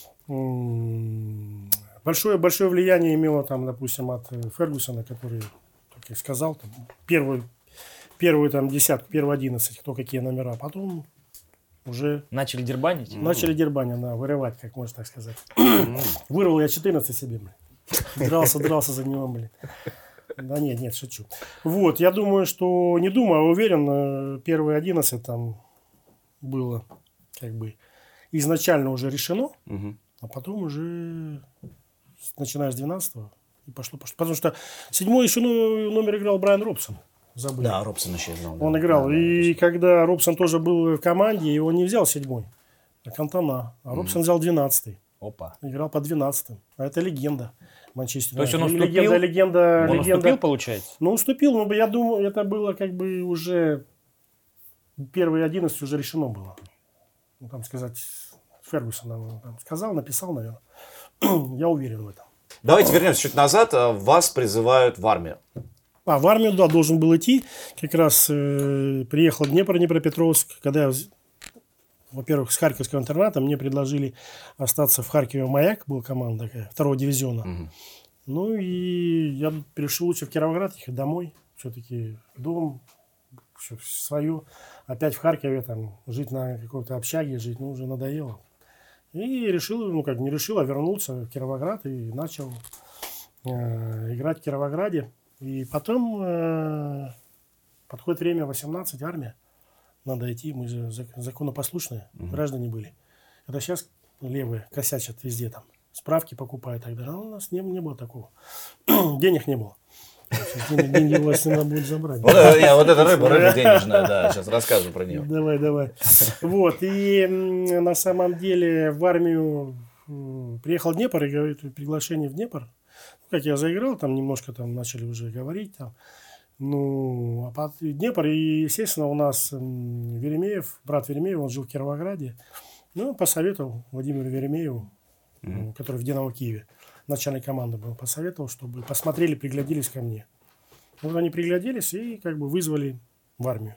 большое влияние имело там, допустим, от Фергюсона, который, как я сказал, там, первую там десятку, первые 11, кто какие номера, потом уже начали дербанить? Начали дербанить, да, вырывать, как можно так сказать. Вырвал я 14 себе, дрался за него, Да нет, шучу. Я думаю, что, не думаю, а уверен, первые 11 там было изначально уже решено, а потом уже начиная с 12-го и пошло. Потому что 7-й еще номер играл Брайан Робсон. Забыли. Да, Робсон еще играл. Он играл. И когда Робсон тоже был в команде, его не взял 7-й, а Кантана. А Робсон взял 12-й. Опа. Играл по 12-м. А это легенда Манчестер. То есть он уступил? Он уступил, получается? Уступил, но я думаю, это было уже первые 11 уже решено было. Там сказать, Фергюсон сказал, написал, наверное. Я уверен в этом. Давайте вернемся чуть назад. Вас призывают в армию. В армию, да, должен был идти. Как раз приехал в Днепропетровск, когда я, во-первых, с Харьковского интерната мне предложили остаться в Харькове. «Маяк» была команда такая, 2-го дивизиона. И я перешел лучше в Кировоград, ехать домой. Все-таки дом, все свое. Опять в Харькове там жить на какой-то общаге, жить, уже надоело. И решил, не решил, а вернулся в Кировоград и начал играть в Кировограде. И потом подходит время 18, армия. Надо идти, мы же законопослушные граждане были. Это сейчас левые косячат везде там. Справки покупают и так далее. А у нас не было такого. Денег не было. Деньги у вас надо будет забрать. Вот эта рыба денежная, да, сейчас расскажу про нее. Давай. И на самом деле в армию приехал в Днепр и говорит, приглашение в Днепр. Как я заиграл, там немножко начали уже говорить. Днепр, и, естественно, у нас Веремеев, брат Веремеев, он жил в Кировограде. Посоветовал Владимиру Веремееву, который в «Динамо» Киеве, начальной команды был, посоветовал, чтобы посмотрели, пригляделись ко мне. Они пригляделись и вызвали в армию.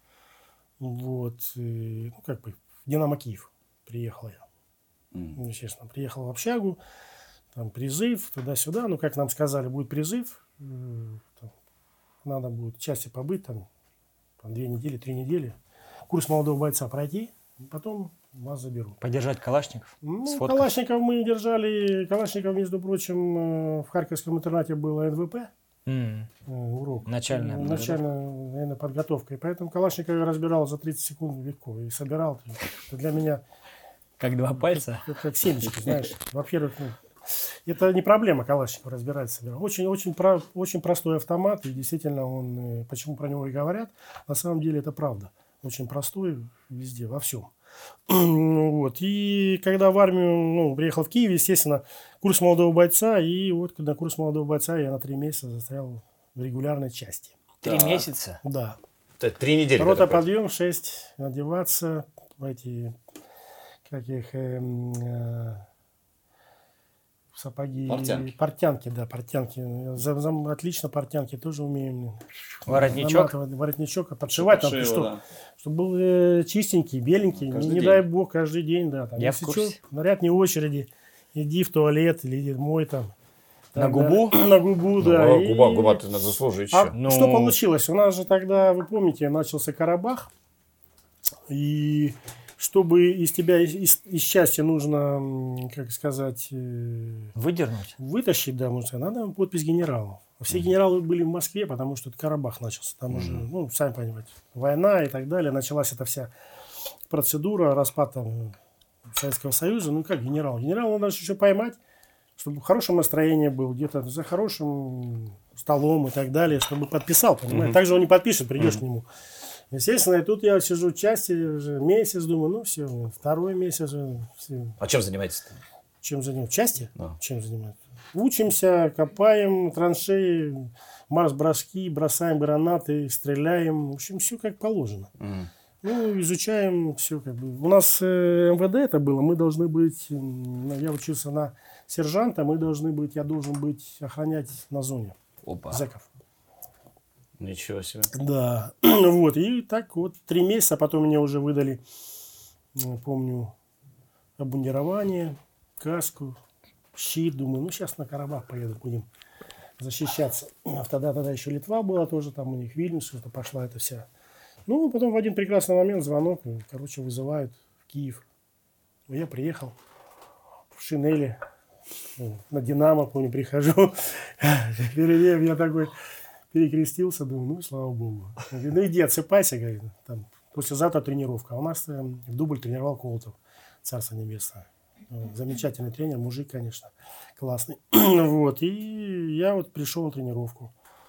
И, в «Динамо» Киев приехал я. Естественно, приехал в общагу. Там призыв, туда-сюда. Как нам сказали, будет призыв. Надо будет в части побыть, 2 недели, 3 недели. Курс молодого бойца пройти, потом вас заберут. Подержать калашников? Калашников мы держали. Калашников, между прочим, в Харьковском интернате было НВП. Урок. Начальная, наверное, подготовка. И поэтому Калашников я разбирал за 30 секунд легко. И собирал. Это для меня Как два пальца. Как семечки, знаешь. Во-первых, это не проблема Калашникова разбираться. Очень простой автомат, и действительно он, почему про него и говорят, на самом деле это правда. Очень простой везде, во всем. Вот. И когда в армию, приехал в Киев, естественно, курс молодого бойца, и вот на курс молодого бойца я на 3 месяца застрял в регулярной части. 3 месяца? Да. Это 3 недели. Рота подъем, 6, одеваться, сапоги. Портянки, да, портянки. Отлично портянки тоже умеем. Воротничок? Воротничок, подшивать надо, чтобы был чистенький, беленький. Не дай бог, каждый день, да. Там, я в курсе. Наряд не очереди. Иди в туалет или иди мой там. На губу? На губу, да. Губа-то надо заслужить еще. Что получилось? У нас же тогда, вы помните, начался Карабах. И чтобы из тебя, из счастья нужно, как сказать... Выдернуть? Вытащить, да, надо подпись генералов. Все генералы были в Москве, потому что Карабах начался. Там уже, сами понимаете, война и так далее. Началась эта вся процедура, распад Советского Союза. Как генерал? Генерала надо еще поймать, чтобы в хорошем настроении был, где-то за хорошим столом и так далее, чтобы подписал, понимаете. Так же он не подпишет, придешь к нему. Естественно, и тут я сижу в части уже месяц, думаю, все, 2-й месяц. Все. А чем занимаетесь-то? Чем занимаетесь? В части? Да. Чем занимаетесь? Учимся, копаем траншеи, марш-броски, бросаем гранаты, стреляем. В общем, все как положено. Изучаем все как бы. У нас МВД это было, мы должны быть, я учился на сержанта, я должен быть охранять на зоне. Опа. Зэков. Ничего себе. Да, вот, и так вот 3 месяца, потом мне уже выдали, помню, обмундирование, каску, щит, думаю, сейчас на Карабах поеду, будем защищаться. Тогда еще Литва была тоже, там у них Вильнюс, что-то пошла эта вся. Потом в один прекрасный момент звонок, вызывают в Киев. Я приехал в шинели, на Динамо, помню, прихожу, я такой... Перекрестился, думаю, слава богу. Говорит, иди отсыпайся, говорит, там, послезавтра тренировка. А у нас в дубль тренировал Колотов, Царство Небесное. Замечательный тренер, мужик, конечно, классный. Вот, и я пришел на тренировку.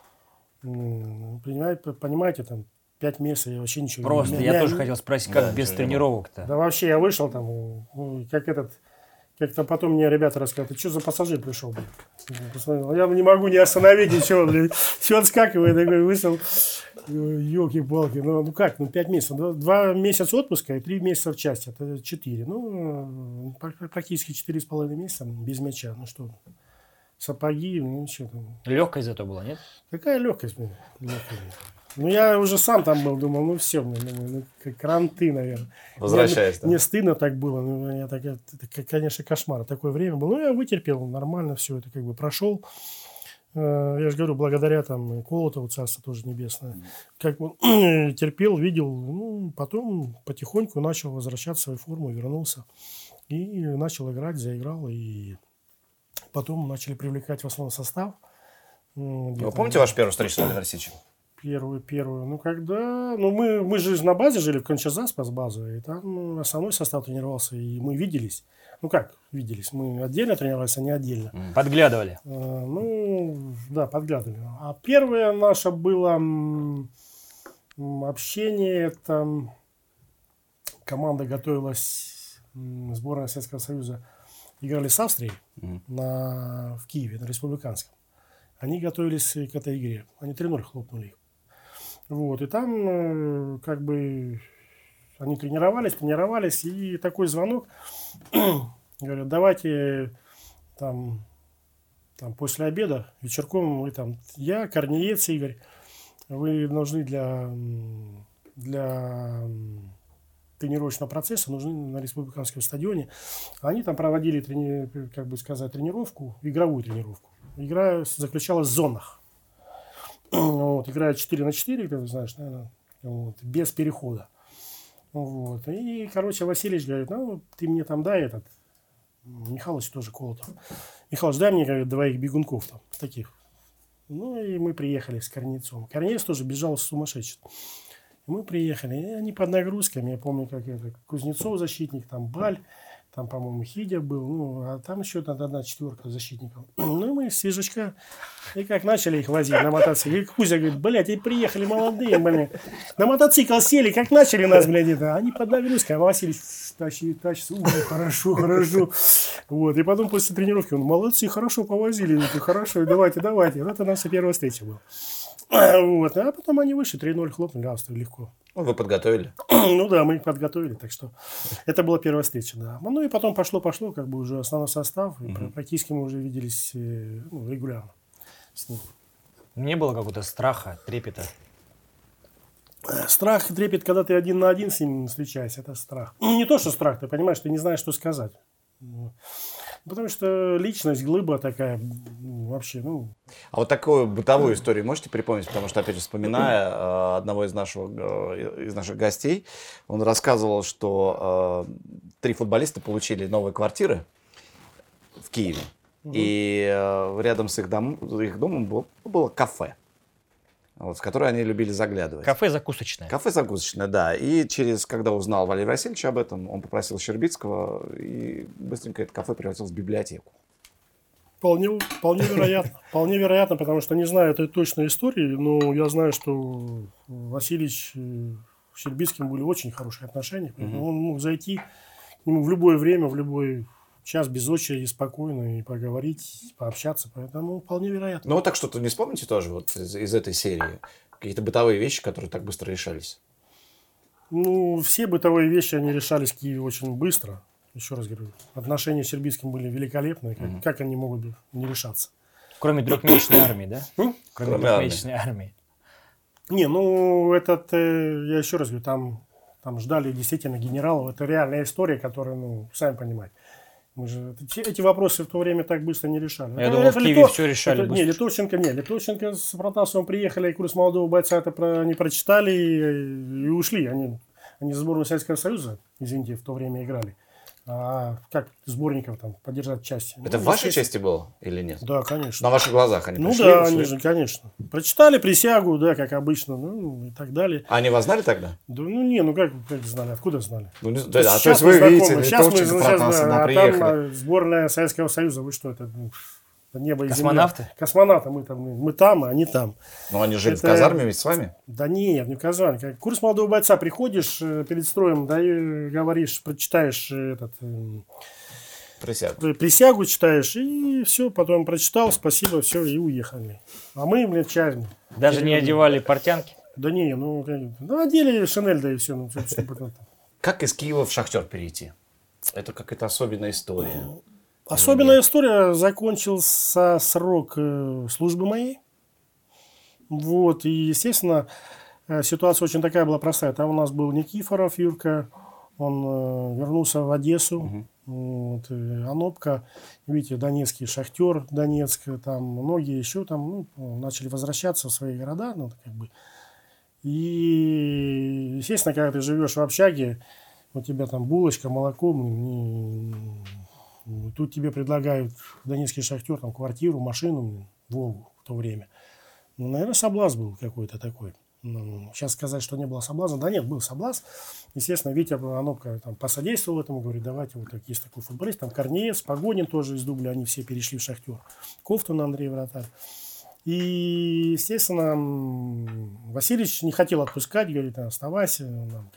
Понимаете, там, 5 месяцев я вообще ничего не... Просто, я тоже хотел спросить, как без тренировок-то? Да вообще, я вышел там, как-то потом мне ребята рассказали, ты что за пассажир пришел, блин? Я не могу не остановить ничего, блин. Все отскакивает, такой вышел. Ёлки-палки. 5 месяцев. 2 месяца отпуска и 3 месяца в части. Это 4. Практически 4,5 месяца без мяча. Сапоги, что там. Легкость зато была, нет? Какая легкость, блин? Я уже сам там был, думал, все, как кранты, наверное. Возвращаясь, мне стыдно так было. Это, конечно, кошмар. Такое время было. Я вытерпел, нормально все это прошел. Я же говорю, благодаря там Колотову, Царство тоже Небесное. Как он терпел, видел. Потом потихоньку начал возвращаться в свою форму, вернулся. И начал играть, заиграл. И потом начали привлекать в основной состав. Вы помните вашу первую встречу с Владимиром Алексеевичем? Первую. Мы же на базе жили, в Конча-Заспа с базой, и там основной состав тренировался, и мы виделись. Виделись? Мы отдельно тренировались, а не отдельно. Подглядывали? Да, подглядывали. А первое наше было общение, это команда готовилась, сборная Советского Союза, играли с Австрией в Киеве, на Республиканском. Они готовились к этой игре. Они 3-0 хлопнули их. Вот, и там они тренировались, и такой звонок, говорят, давайте там после обеда, вечерком вы там, я, Корнеец Игорь, вы нужны для тренировочного процесса, нужны на Республиканском стадионе. Они там проводили, тренировку, игровую тренировку. Игра заключалась в зонах. Играют 4-4, ты знаешь, наверное, без перехода. И, Васильевич говорит, ты мне там дай этот, Михалыч тоже Колотов. Михалыч, дай мне, говорит, 2 бегунков там, таких. И мы приехали с Корнецом. Корнец тоже бежал сумасшедший. Мы приехали, и они под нагрузками, я помню, как это, Кузнецов защитник, там Баль, Там, по-моему, Хидя был, ну, а там еще одна четверка защитников. Ну, и мы с свежачка, и как начали их возить на мотоцикле. И Кузя говорит, блядь, и приехали молодые, блин. На мотоцикл сели, как начали нас, блядь, это. Они под нагрузкой, а Василий тащится, хорошо, хорошо. Вот, и потом после тренировки он, молодцы, хорошо повозили, хорошо, давайте. Вот это наша первая встреча была. Вот, а потом они вышли, 3-0 хлопнули, Австрию легко. Ну, вы подготовили. Ну да, мы их подготовили, так что это была первая встреча, да. Ну и потом пошло, как бы уже основной состав, и практически мы уже виделись регулярно с ним. Не было какого-то страха, трепета? Страх и трепет, когда ты 1 на 1 с ним встречаешься, это страх. Ну не то, что страх, ты понимаешь, ты не знаешь, что сказать. Потому что личность, глыба такая, вообще, ну... А вот такую бытовую историю можете припомнить? Потому что, опять же, вспоминая одного из наших гостей, он рассказывал, что 3 футболиста получили новые квартиры в Киеве. И рядом с их домом было кафе, вот, в которое они любили заглядывать. Кафе закусочное. Кафе закусочное, да. И когда узнал Валерий Васильевич об этом, он попросил Щербицкого, и быстренько это кафе превратилось в библиотеку. Вполне вероятно. Вполне вероятно, потому что не знаю этой точной истории, но я знаю, что Васильевич с Щербицким были очень хорошие отношения. Он мог зайти к нему в любое время, в любой час без очереди, спокойно и поговорить, пообщаться. Поэтому вполне вероятно. Ну, вот так что-то не вспомните тоже вот из этой серии? Какие-то бытовые вещи, которые так быстро решались? Ну, все бытовые вещи, они решались в Киеве очень быстро. Еще раз говорю, отношения с Щербицким были великолепные. Как они могут не решаться? Кроме трехмесячной армии, да? Кроме трехмесячной армии. Не, ну, я еще раз говорю, там ждали действительно генералов. Это реальная история, которая, ну, сами понимаете. Мы же эти вопросы в то время так быстро не решали. Я думал, в Киеве все решали быстро. Литовченко с Протасовым приехали, курс молодого бойца это не прочитали и ушли. Они за сборную Советского Союза, извините, в то время играли. А как сборников там поддержать части? Это в вашей части было или нет? Да, конечно. На ваших глазах они пришли? Ну да, они же, конечно. Прочитали присягу, да, как обычно, ну и так далее. А они вас знали тогда? Да, ну не, ну как знали, откуда знали? То есть вы видите, Литовченко, Протасов приехали. Там сборная Советского Союза, вы что, это небо и земля. Космонавты? Космонавты, мы там, а они там. Ну они жили в казарме вместе с вами? Да нет, не в казарме. Курс молодого бойца, приходишь перед строем, да, и говоришь, прочитаешь присягу читаешь, и все, потом прочитал, спасибо, все, и уехали. А мы, блин, чарни. Даже не одевали портянки? Да не, ну одели шинель, да и все. Ну, Как из Киева в Шахтер перейти? Это какая-то особенная история. Особенная история. Закончился срок службы моей. Вот, и, естественно, ситуация очень такая была простая. Там у нас был Никифоров Юрка, он вернулся в Одессу. Вот, Анопка, видите, Донецкий Шахтер, Донецк, там многие еще там начали возвращаться в свои города, ну, как бы. И, естественно, когда ты живешь в общаге, у тебя там булочка, молоко, тут тебе предлагают Донецкий Шахтер, там квартиру, машину, Волгу в то время. Ну, наверное, соблазн был какой-то такой. Сейчас сказать, что не было соблазна, да нет, был соблазн. Естественно, Витя Анопка там посодействовал этому, говорит, давайте, вот так, есть такой футболист, там Корнеев, Погодин тоже из Дубля, они все перешли в Шахтер. Кофтун Андрей вратарь. И, естественно, Васильевич не хотел отпускать, говорит, оставайся.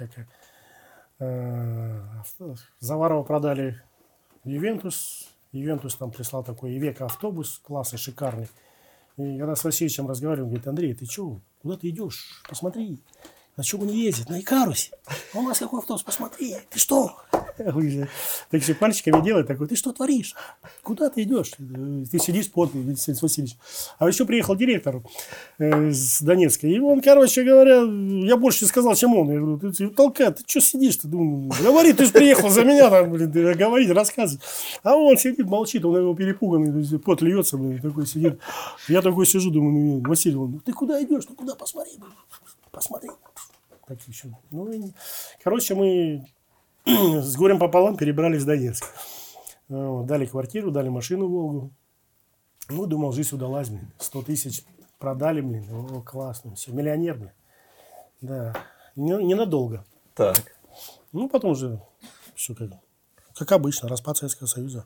Заварова продали в Ювентус. Ювентус там прислал такой Ивеко автобус, классный, шикарный. И когда с Васильевичем разговаривал, он говорит, Андрей, ты что, куда ты идешь? Посмотри, на чем он ездит, на Икарусе. А у нас какой автобус, посмотри, ты что? Так все пальчиками делает, такой, ты что творишь? Куда ты идешь? Ты сидишь потный, Васильевич. А еще приехал директор с Донецка. И он, короче говоря, я больше сказал, чем он. Я говорю, ты толкай, ты что сидишь? Ты говори, ты же приехал за меня, там, блин, говорить, рассказывать. А он сидит, молчит, он его перепуганный, пот льется, блин, такой сидит. Я такой сижу, думаю, Василий, он, ты куда идешь? Ты куда? Посмотри, посмотри. Так еще. Ну, короче, мы с горем пополам перебрались в Донецк. Дали квартиру, дали машину Волгу. Ну, думал, жизнь удалась, блин. 100 тысяч продали, блин. О, классно. Все, миллионер, блин. Да. Ненадолго. Так. Ну, потом уже все как обычно, распад Советского Союза.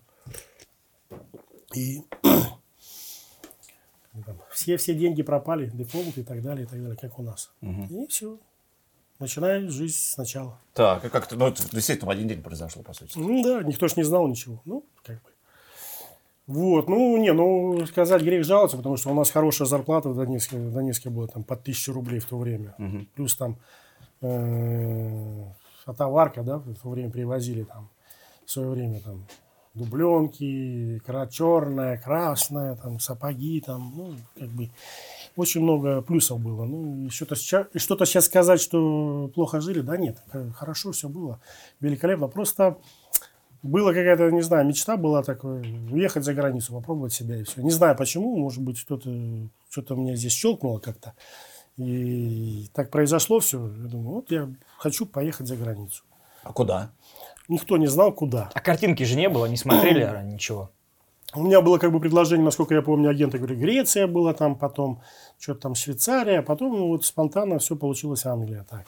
И все деньги пропали, дефолт и так далее, как у нас. И все. Начинаем жизнь сначала. Так, и как-то, ну, это действительно в один день произошло, по сути. Ну да, никто ж не знал ничего. Ну, как бы. Вот, сказать грех жаловаться, потому что у нас хорошая зарплата в Донецке была там под 1000 рублей в то время. Плюс там товарка, да, в то время привозили там, в свое время там дубленки, черная, красная, там сапоги, там, ну, как бы очень много плюсов было. Ну, и что-то сейчас сказать, что плохо жили, да нет, хорошо все было, великолепно. Просто была какая-то, не знаю, мечта была такая, уехать за границу, попробовать себя и все. Не знаю почему, может быть, что-то меня здесь щелкнуло как-то. И так произошло все. Я думаю, вот я хочу поехать за границу. А куда? Никто не знал, куда. А картинки же не было, не смотрели ничего? У меня было как бы предложение, насколько я помню, агента, говорю, Греция была там, потом что-то там Швейцария, потом вот спонтанно все получилось Англия. Так.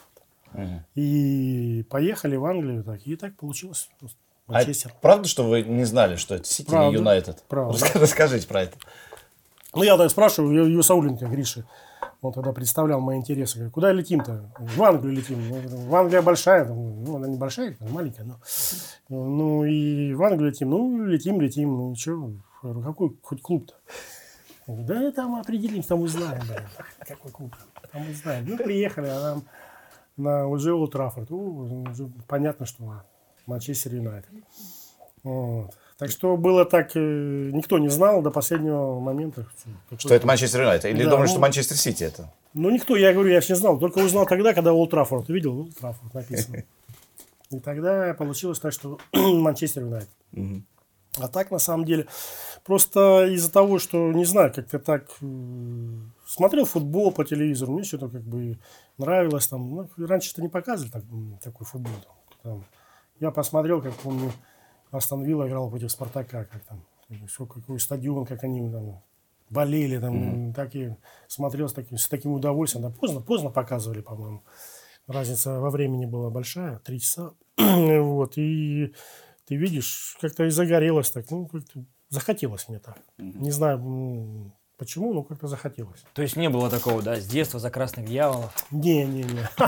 И поехали в Англию, так, и так получилось. Манчестер. Правда, что вы не знали, что это Сити или Юнайтед? Правда. Расскажите про это. Ну, я тогда спрашиваю Юсауленко, Гриши. Он тогда представлял мои интересы. Говорю, куда летим-то? В Англию летим. В Англия большая. Ну, она не большая, маленькая. Но... Ну, и в Англию летим. Ну, летим. Ну, что? Говорю, какой хоть клуб-то? Говорю, да, там определимся, там узнаем. Какой клуб? Там узнаем. Ну, приехали, а там уже Олд Траффорд. Уже понятно, что Манчестер Юнайтед. Вот. Так что было так, никто не знал до последнего момента. Что это Манчестер Юнайтед? Или думали, что Манчестер Сити это? Ну, никто, я говорю, я же не знал. Только узнал тогда, когда Олд Траффорд. Ты видел? Олд Траффорд написано. И тогда получилось так, что Манчестер Юнайтед. А так, на самом деле, просто из-за того, что, не знаю, как-то так смотрел футбол по телевизору, мне что-то как бы нравилось. Там, ну, раньше-то не показывали такой футбол. Там. Я посмотрел, как помню, Астон Вилла играл против Спартака, как там, какой стадион, как они там болели, там, так и смотрел с таким удовольствием. Да, поздно показывали, по-моему. Разница во времени была большая, 3 часа. Вот, и ты видишь, как-то и загорелось так, ну, как-то захотелось мне так. Не знаю, почему, но как-то захотелось. То есть не было такого, да, с детства за красных дьяволов? Не.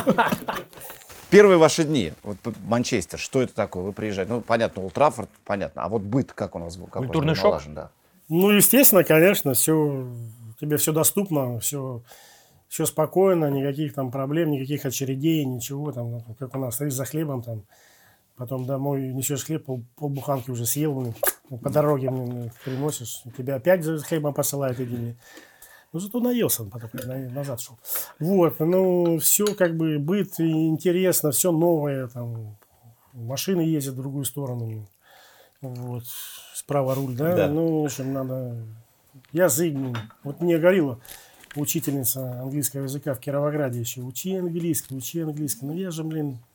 Первые ваши дни, вот Манчестер, что это такое? Вы приезжаете, ну, понятно, Олд Траффорд, понятно, а вот быт, как у нас был? Культурный шок? Налажен, да. Ну, естественно, конечно, тебе все доступно, все спокойно, никаких там проблем, никаких очередей, ничего там, как у нас, стоишь за хлебом там, потом домой несешь хлеб, полбуханки уже съел, по дороге приносишь, тебя опять за хлебом посылают или... Ну, зато наелся, потом назад шел. Вот, ну, все как бы быт интересно, все новое, там, машины ездят в другую сторону, вот, справа руль, да? Ну, в общем, надо язык, вот мне говорила учительница английского языка в Кировограде еще, учи английский, ну, я же,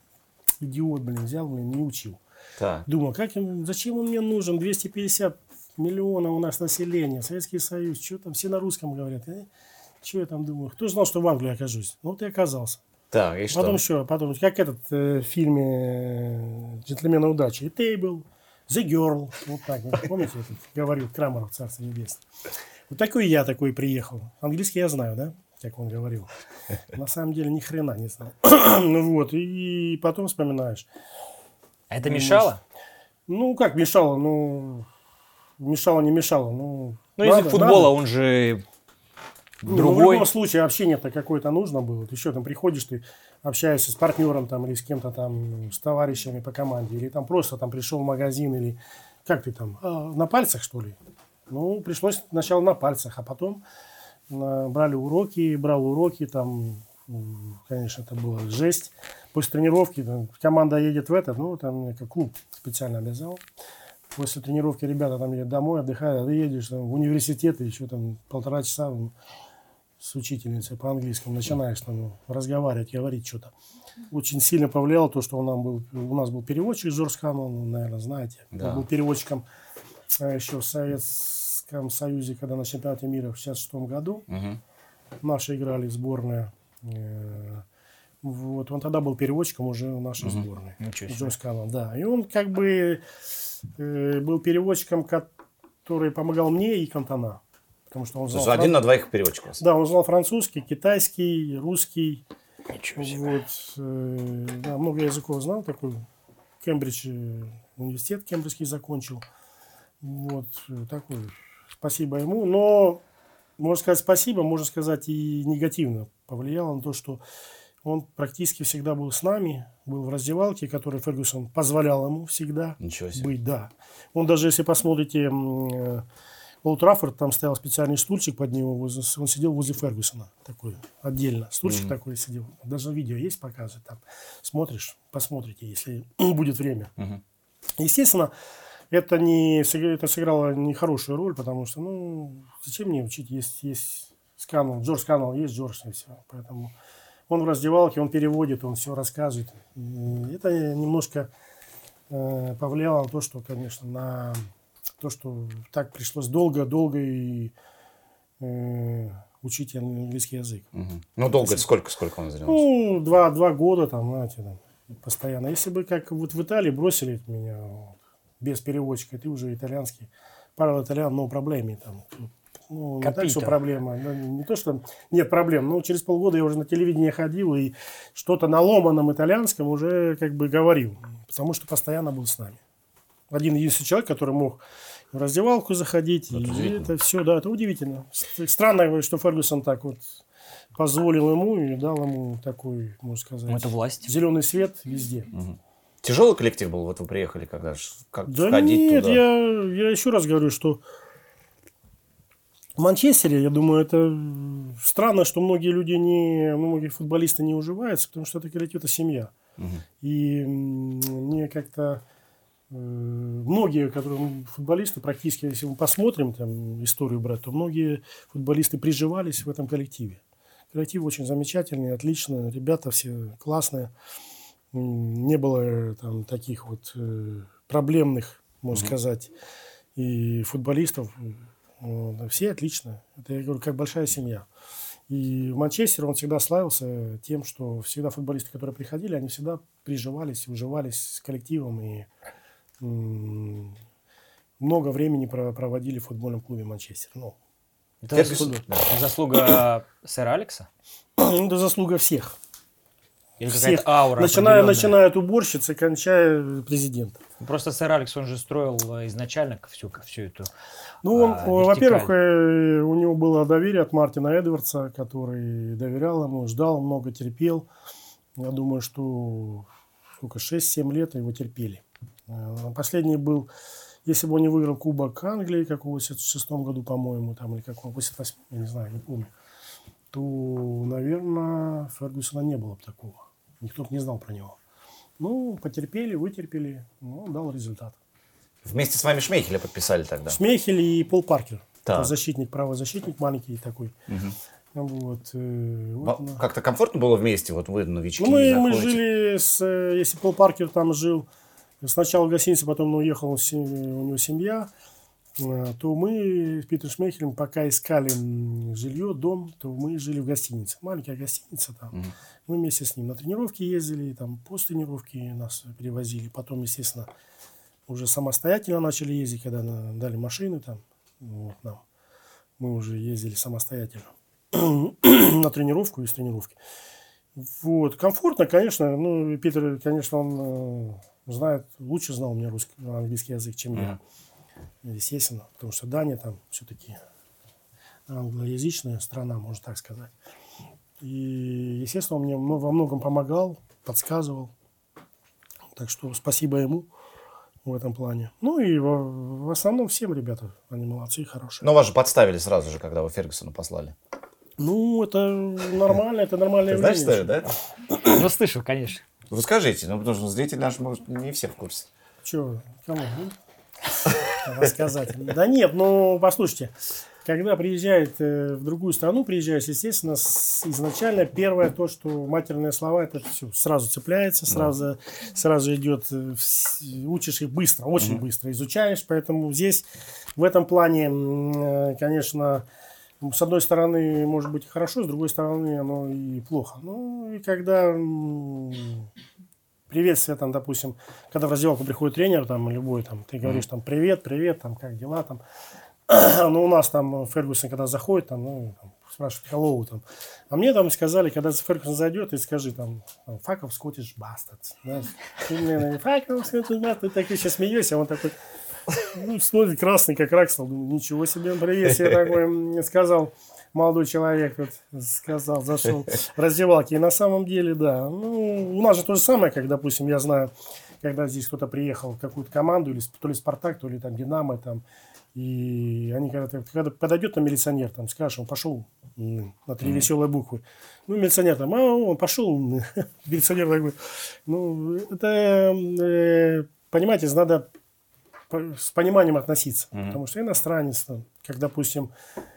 идиот, взял, не учил. Так. Думал, зачем он мне нужен, 250 миллионов у нас населения, Советский Союз, что там, все на русском говорят. Что я там думаю? Кто знал, что в Англии окажусь? Ну, вот и оказался. Так, и что? Потом, как в фильме «Джентльмены удачи». И Тейбл, The Girl, вот так, помните, говорил Крамеров, Царство Небесное. Вот такой я приехал. Английский я знаю, да, как он говорил. На самом деле, ни хрена не знал. Ну вот, и потом вспоминаешь. А это мешало? Ну, как мешало? Ну, мешало, не мешало. Ну, из-за футбола он же другой. В любом случае общение-то какое-то нужно было. Ты что, там приходишь, ты общаешься с партнером там, или с кем-то там, с товарищами по команде, или там просто там пришел в магазин, или как ты там, на пальцах, что ли? Ну, пришлось сначала на пальцах, а потом брал уроки, там, конечно, это была жесть. После тренировки команда едет там как клуб специально обязал. После тренировки ребята там едут домой, отдыхают, а ты едешь там, в университет, и еще там 1,5 часа с учительницей по английскому начинаешь там разговаривать, говорить что-то. Очень сильно повлияло то, что у нас был переводчик Жорж Хан, он, наверное, знаете. Да. Он был переводчиком еще в Советском Союзе, когда на чемпионате мира в 1966 году. Наши играли сборная. Вот, он тогда был переводчиком уже в нашей сборной. Ничего себе. Джойс Каннелл, да. И он как бы был переводчиком, который помогал мне и Кантона. Потому что он знал... Один на двоих переводчик у вас. Да, он знал французский, китайский, русский. Ничего себе. Вот, да, много языков знал. Такой Кембридж, университет кембриджский закончил. Вот, такой. Спасибо ему. Но, можно сказать, спасибо, можно сказать, и негативно повлияло на то, что он практически всегда был с нами, был в раздевалке, который Фергюсон позволял ему всегда быть. Да. Он даже, если посмотрите Олд Траффорд, там стоял специальный стульчик под него, он сидел возле Фергюсона, такой отдельно, стульчик такой сидел. Даже видео есть, показывает, там смотришь, посмотрите, если будет время. Естественно, это сыграло нехорошую роль, потому что, ну, зачем мне учить, есть Каннелл, Джордж Каннелл, есть Джордж, и все. Поэтому он в раздевалке, он переводит, он все рассказывает. И это немножко повлияло на то, что, конечно, на то, что так пришлось долго и учить английский язык. Ну, долго, сколько он занимался? Ну, 2 года, там, знаете, там, постоянно. Если бы, как вот в Италии, бросили меня без переводчика, ты уже итальянский, пару итальян, но проблемы там. Ну, не так, что проблема. Не то, что нет проблем, но через полгода я уже на телевидении ходил и что-то на ломаном итальянском уже как бы говорил, потому что постоянно был с нами. Один единственный человек, который мог в раздевалку заходить. Это все, да, это удивительно. Странно, что Фергюсон так вот позволил ему и дал ему такой, можно сказать, это власть. Зеленый свет везде. Тяжелый коллектив был, вот вы приехали, когда да входить нет, туда? Я еще раз говорю, что в Манчестере, я думаю, это странно, что многие футболисты не уживаются, потому что это коллектив, это семья. И мне как-то многие, которые футболисты, практически, если мы посмотрим там историю брать, то многие футболисты приживались в этом коллективе. Коллектив очень замечательный, отличный, ребята все классные. Не было там таких вот проблемных, можно сказать, и футболистов. Все отлично. Это, я говорю, как большая семья. И в Манчестере он всегда славился тем, что всегда футболисты, которые приходили, они всегда приживались, уживались с коллективом и много времени проводили в футбольном клубе Манчестер. Ну, это заслуга сэра Алекса? Это заслуга всех. Или какая-то аура? Начиная от уборщицы, кончая президентом. Просто сэр Алекс, он же строил изначально всю эту во-первых, у него было доверие от Мартина Эдвардса, который доверял ему, ждал, много терпел. Я думаю, что 6-7 лет его терпели. Последний был, если бы он не выиграл Кубок Англии, как в 86 году, по-моему, там, или как в 88, я не знаю, не помню, то, наверное, Фергюсона не было бы такого. Никто бы не знал про него. Ну, потерпели, вытерпели, он дал результат. Вместе с вами Шмейхеля подписали тогда? Шмейхель и Пол Паркер. Так. Правозащитник маленький такой. Вот, как-то комфортно было вместе? Вот вы новички. Мы жили, если Пол Паркер там жил сначала в гостинице, потом уехал, у него семья, то мы с Питером Шмейхелем, пока искали жилье, дом, то мы жили в гостинице. Маленькая гостиница там. Мы вместе с ним на тренировки ездили, там после тренировки нас перевозили. Потом, естественно, уже самостоятельно начали ездить, когда дали машины там. Вот, нам. Мы уже ездили самостоятельно на тренировку и с тренировки. Вот. Комфортно, конечно. Ну, Питер, конечно, он лучше знал у меня английский язык, чем я. Естественно, потому что Дания там все-таки англоязычная страна, можно так сказать. И, естественно, он мне во многом помогал, подсказывал. Так что спасибо ему в этом плане. Ну и в основном всем ребята, они молодцы, хорошие. Но вас же подставили сразу же, когда вы Фергюсона послали. Ну, это нормально, это нормальное время. Ты знаешь, что это, да? Ну, слышал, конечно. Вы скажите, потому что зрители наши, может, не все в курсе. Чего? Кому? Рассказать. Да нет, ну, послушайте. Когда приезжает в другую страну, естественно, изначально первое то, что матерные слова, это все сразу цепляется, сразу идет, учишь их быстро, очень быстро изучаешь. Поэтому здесь в этом плане, конечно, С одной стороны, может быть хорошо, с другой стороны, оно и плохо. Ну, и когда приветствие, там, допустим, когда в раздевалку приходит тренер, там, любой, там, ты говоришь, там, привет, там, как дела, там. Ну, у нас там Фергюсон, когда заходит, там, ну, там, спрашивают, hello, там. А мне там сказали, когда Фергюсон зайдет, и скажи, там, fuck off Scottish bastards. Да? Fuck off Scottish bastards. Ты такой сейчас смеешься, а он такой, ну, смотрит красный, как рак стал. Думаю, ничего себе, привет, я такой сказал. Молодой человек вот сказал, зашел в раздевалке. И на самом деле, да. Ну, у нас же то же самое, как, допустим, я знаю, когда здесь кто-то приехал в какую-то команду, или то ли Спартак, то ли там Динамо, там, и они, когда подойдет там милиционер, там, скажешь, он пошел на 3 веселые буквы. Ну, милиционер там, он пошел, милиционер такой. Ну, это, понимаете, надо с пониманием относиться. Потому что иностранец, там, как, допустим,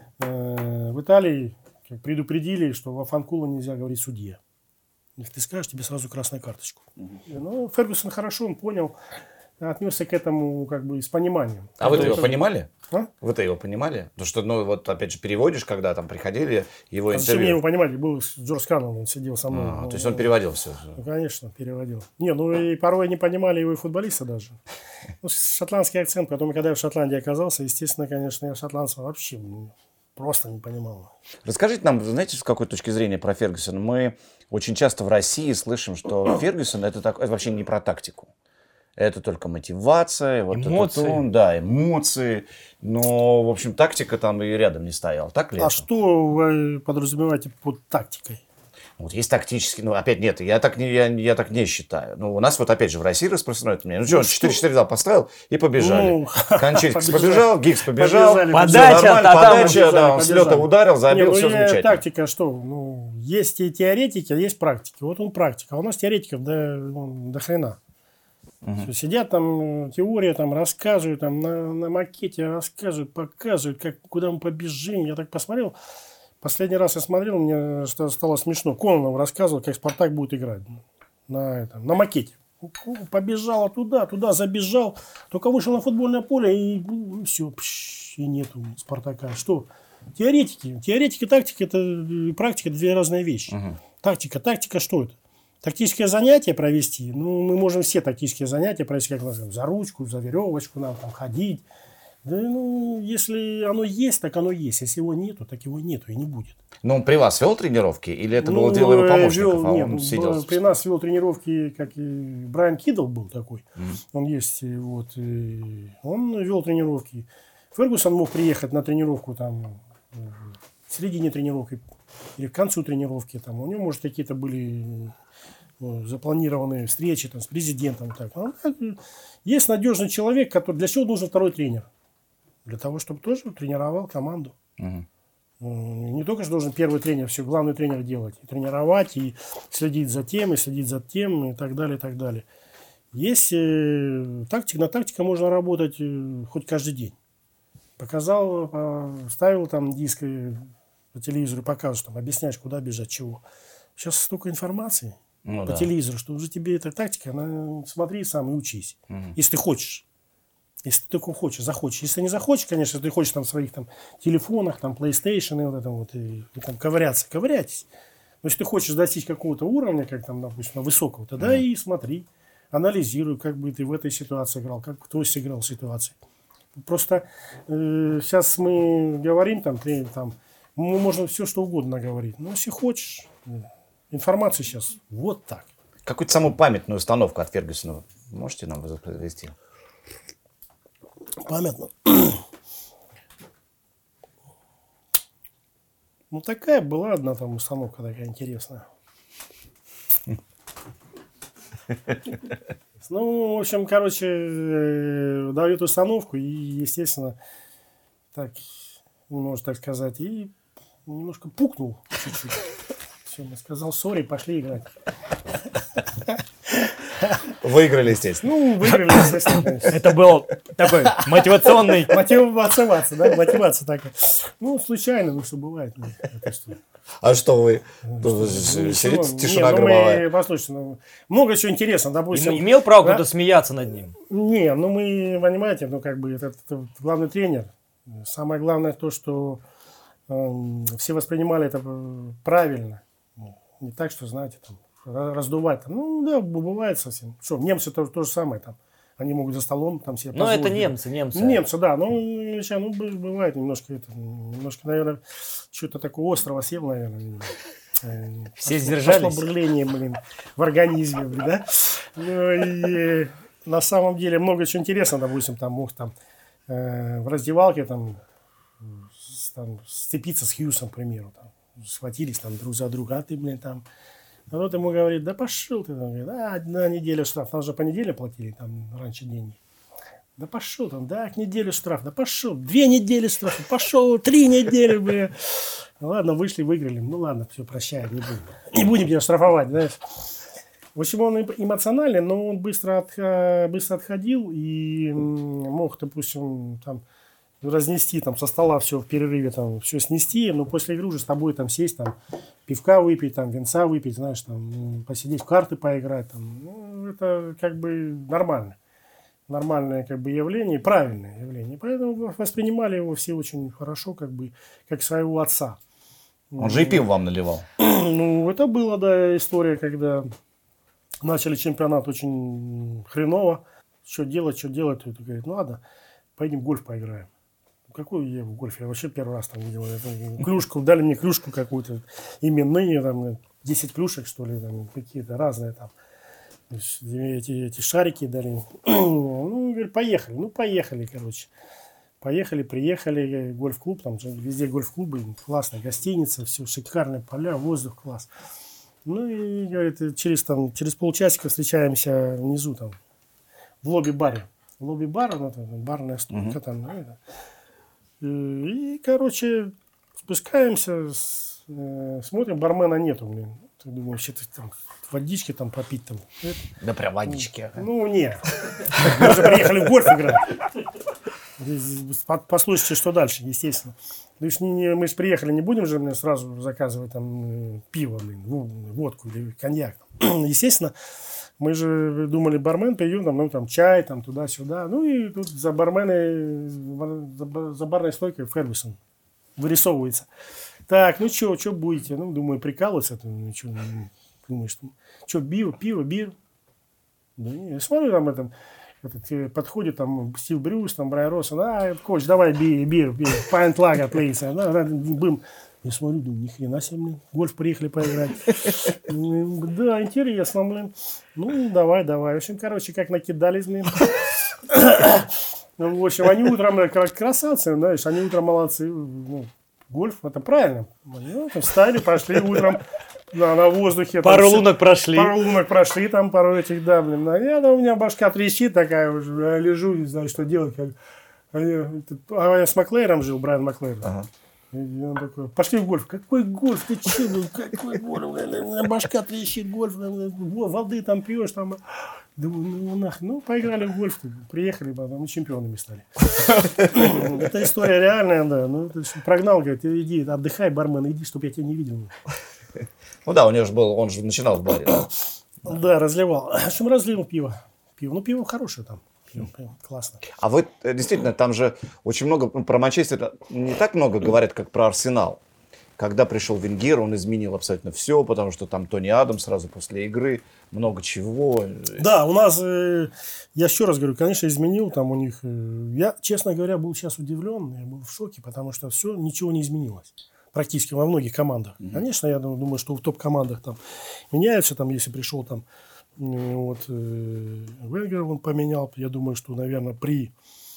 в Италии предупредили, что во фанкулу нельзя говорить судье. Если ты скажешь, тебе сразу красную карточку. Ну, Фергюсон хорошо, он понял, отнесся к этому как бы с пониманием. А вы-то его понимали? А? Вы-то его понимали? Потому что, ну, вот опять же, переводишь, когда там приходили его интервью. Зачем мне его понимать? Был Джордж Каннелл, он сидел со мной. То есть он переводил все? Ну, конечно, переводил. Не, ну и порой не понимали его и футболисты даже. Ну, шотландский акцент. Потом, когда я в Шотландии оказался, естественно, конечно, я шотландцев вообще просто не понимал. Расскажите нам, знаете, с какой точки зрения про Фергюсона? Мы очень часто в России слышим, что Фергюсон это вообще не про тактику. Это только мотивация, вот эмоции. Да, эмоции. Но, в общем, тактика там и рядом не стояла. Так ли А это? что вы подразумеваете под тактикой? Вот есть тактический, ну, опять нет, я так не считаю. Ну, у нас вот опять же в России распространено это мнение. Ну, что, он 4-4-2 поставил и побежали. Ну, Кончельскис побежал, Гиггс побежал. Побежали, Подача, подача, да, он с побежали. лета ударил, забил, Не, все замечательно. Тактика что? Ну, есть и теоретики, а есть практики. Вот он практика. А у нас теоретиков до хрена. Сидят там, теория там рассказывают, там на макете рассказывают, показывают, куда мы побежим. Я так посмотрел. Последний раз я смотрел, мне стало смешно. Кононов рассказывал, как Спартак будет играть на макете. Побежал туда забежал, только вышел на футбольное поле и все, и нету Спартака. Что? Теоретика, тактика и практика – это 2 разные вещи. Тактика что это? Тактическое занятие провести, ну, мы можем все тактические занятия провести, как называем, за ручку, за веревочку, нам там ходить. Да, ну, если оно есть, так оно есть. Если его нету, так его нету и не будет. Но он при вас вел тренировки? Или это было дело его помощников? Нет, сидел... При нас вел тренировки, как и Брайан Кидл был такой. Он есть, вот, он вел тренировки. Фергюсон мог приехать на тренировку там в середине тренировки или к концу тренировки. Там. У него, может, какие-то были запланированные встречи там, с президентом. Так. Есть надежный человек, который... Для чего нужен второй тренер? Для того, чтобы тоже тренировал команду. Не только же должен первый тренер, все, главный тренер делать. И тренировать, и следить за тем, и так далее, и так далее. Есть тактика. На тактике можно работать хоть каждый день. Показал, ставил там диск по телевизору, показываешь, там, объясняешь, куда бежать, чего. Сейчас столько информации по телевизору, что уже тебе эта тактика, смотри сам и учись. Если ты хочешь. Если ты только хочешь, захочешь. Если не захочешь, конечно, если ты хочешь там в своих там телефонах, там PlayStation и вот это вот, и там ковыряйтесь. Но если ты хочешь достичь какого-то уровня, как там, допустим, высокого, тогда и смотри, анализируй, как бы ты в этой ситуации играл, как кто сыграл в ситуации. Просто сейчас мы говорим, там, мы можем все что угодно говорить. Но если хочешь, информация сейчас вот так. Какую-то самую памятную установку от Фергюсона можете нам воспроизвести? Памятно. Ну, такая была одна там установка такая интересная. Ну, в общем, короче, дают установку и, естественно, так, можно так сказать, и немножко пукнул чуть-чуть. Все, я сказал, сори, пошли играть. Выиграли, естественно. Ну, выиграли, естественно. Это был такой мотивационный... Мотивация такая. Ну, случайно, ну, что бывает. А что вы? Сидите, тишина гробовая. Послушайте, много чего интересного. Допустим, Имел право кто-то смеяться над ним? Не, ну мы, понимаете, ну, как бы, это главный тренер. Самое главное то, что все воспринимали это правильно. Не так, что, знаете, там, раздувать. Там. Ну, да, бывает совсем. Что, немцы то же самое там. Они могут за столом там себе Ну, позволить. это немцы. Немцы, да. Ну, бывает немножко, наверное, что-то такое острого съел, наверное. Все сдержались. Пошло бурление, в организме, да. Ну, и на самом деле много чего интересного, допустим, там мог там в раздевалке там сцепиться с Хьюсом, к примеру, там, схватились там друг за друга, а ты, там. А тот ему говорит, да пошел ты, там, говорит, на неделю штраф, нам же по неделе платили там раньше деньги. Да пошел там, да, к неделю штраф, да пошел, 2 недели штрафа, пошел, 3 недели, бля. Ну, ладно, вышли, выиграли, ну ладно, все, прощай, не будем тебя штрафовать, знаешь. В общем, он эмоциональный, но он быстро отходил и мог, допустим, там, разнести там со стола все в перерыве, там, все снести, но после игры уже с тобой там сесть, там, пивка выпить, там, винца выпить, знаешь, там, посидеть в карты поиграть, там, ну, это как бы нормальное как бы явление, правильное явление, поэтому воспринимали его все очень хорошо, как бы, как своего отца. Он же и пиво вам наливал. Ну, это была, да, история, когда начали чемпионат очень хреново, что делать, он говорит, ну ладно, поедем в гольф поиграем. Какой я в гольфе? Я вообще первый раз там видел. Клюшку, дали мне клюшку какую-то именные, там, 10 клюшек, что ли, там, какие-то разные там. Эти шарики дали. Ну, говорю, поехали. Ну, поехали, короче. Поехали, приехали, гольф-клуб, там везде гольф-клубы, классная гостиница, все, шикарные поля, воздух, класс. Ну, и, говорит, через полчасика встречаемся внизу, там, в лобби-баре. Лобби-бар, ну, там, барная стойка, там, ну, это. И, короче, спускаемся, смотрим, бармена нету, блин. Ты думаешь, что-то там водички там попить там. Да прям водички. Ну, нет. Мы уже приехали в гольф играть. Послушайте, что дальше, естественно. То есть мы же приехали, не будем же сразу заказывать там пиво, водку или коньяк. Естественно, мы же думали, бармен придет, ну там чай, там туда-сюда. Ну и тут за барменой, за барной стойкой Фергюсон вырисовывается. Так, ну что будете? Ну, думаю, прикалываться. Думаешь, что, пиво, бир? Да не, я смотрю, там подходит там Стив Брюс, там Брайан Россон, коуч, давай бир, pint lager, please. Бым. Я смотрю, думаю, ни хрена себе, блин, гольф приехали поиграть. Да, интересно, блин. Ну, давай. В общем, короче, как накидались, блин. В общем, они утром красавцы, знаешь, они утром молодцы. Ну, гольф, это правильно. Ну, встали, пошли утром на воздухе. Пару лунок прошли, там пару этих, да, блин. У меня башка трещит такая уже, я лежу, не знаю, что делать. Я с Маклейром жил, Брайан Маклейр. Ага. И он такой, пошли в гольф. Какой гольф? Ты че? Какой гольф? Башка трещит, гольф. Воды там пьешь. Там. Думаю, ну нахрен. Ну, поиграли в гольф. Приехали, потом чемпионами стали. Это история реальная, да. Ну, прогнал, говорит, иди, отдыхай, бармен, иди, чтобы я тебя не видел. Ну да, у него же был, он же начинал в баре. Да, разливал. В общем, разлил пиво. Ну, пиво хорошее там. Классно. А вы, действительно, там же очень много, про Манчестер не так много говорят, как про Арсенал. Когда пришел Венгер, он изменил абсолютно все, потому что там Тони Адамс сразу после игры, много чего. Да, у нас, я еще раз говорю, конечно, изменил там у них. Я, честно говоря, был сейчас удивлен, я был в шоке, потому что все, ничего не изменилось. Практически во многих командах. Конечно, я думаю, что в топ-командах там меняются, там, если пришел там Венгер он поменял. Я думаю, что, наверное, при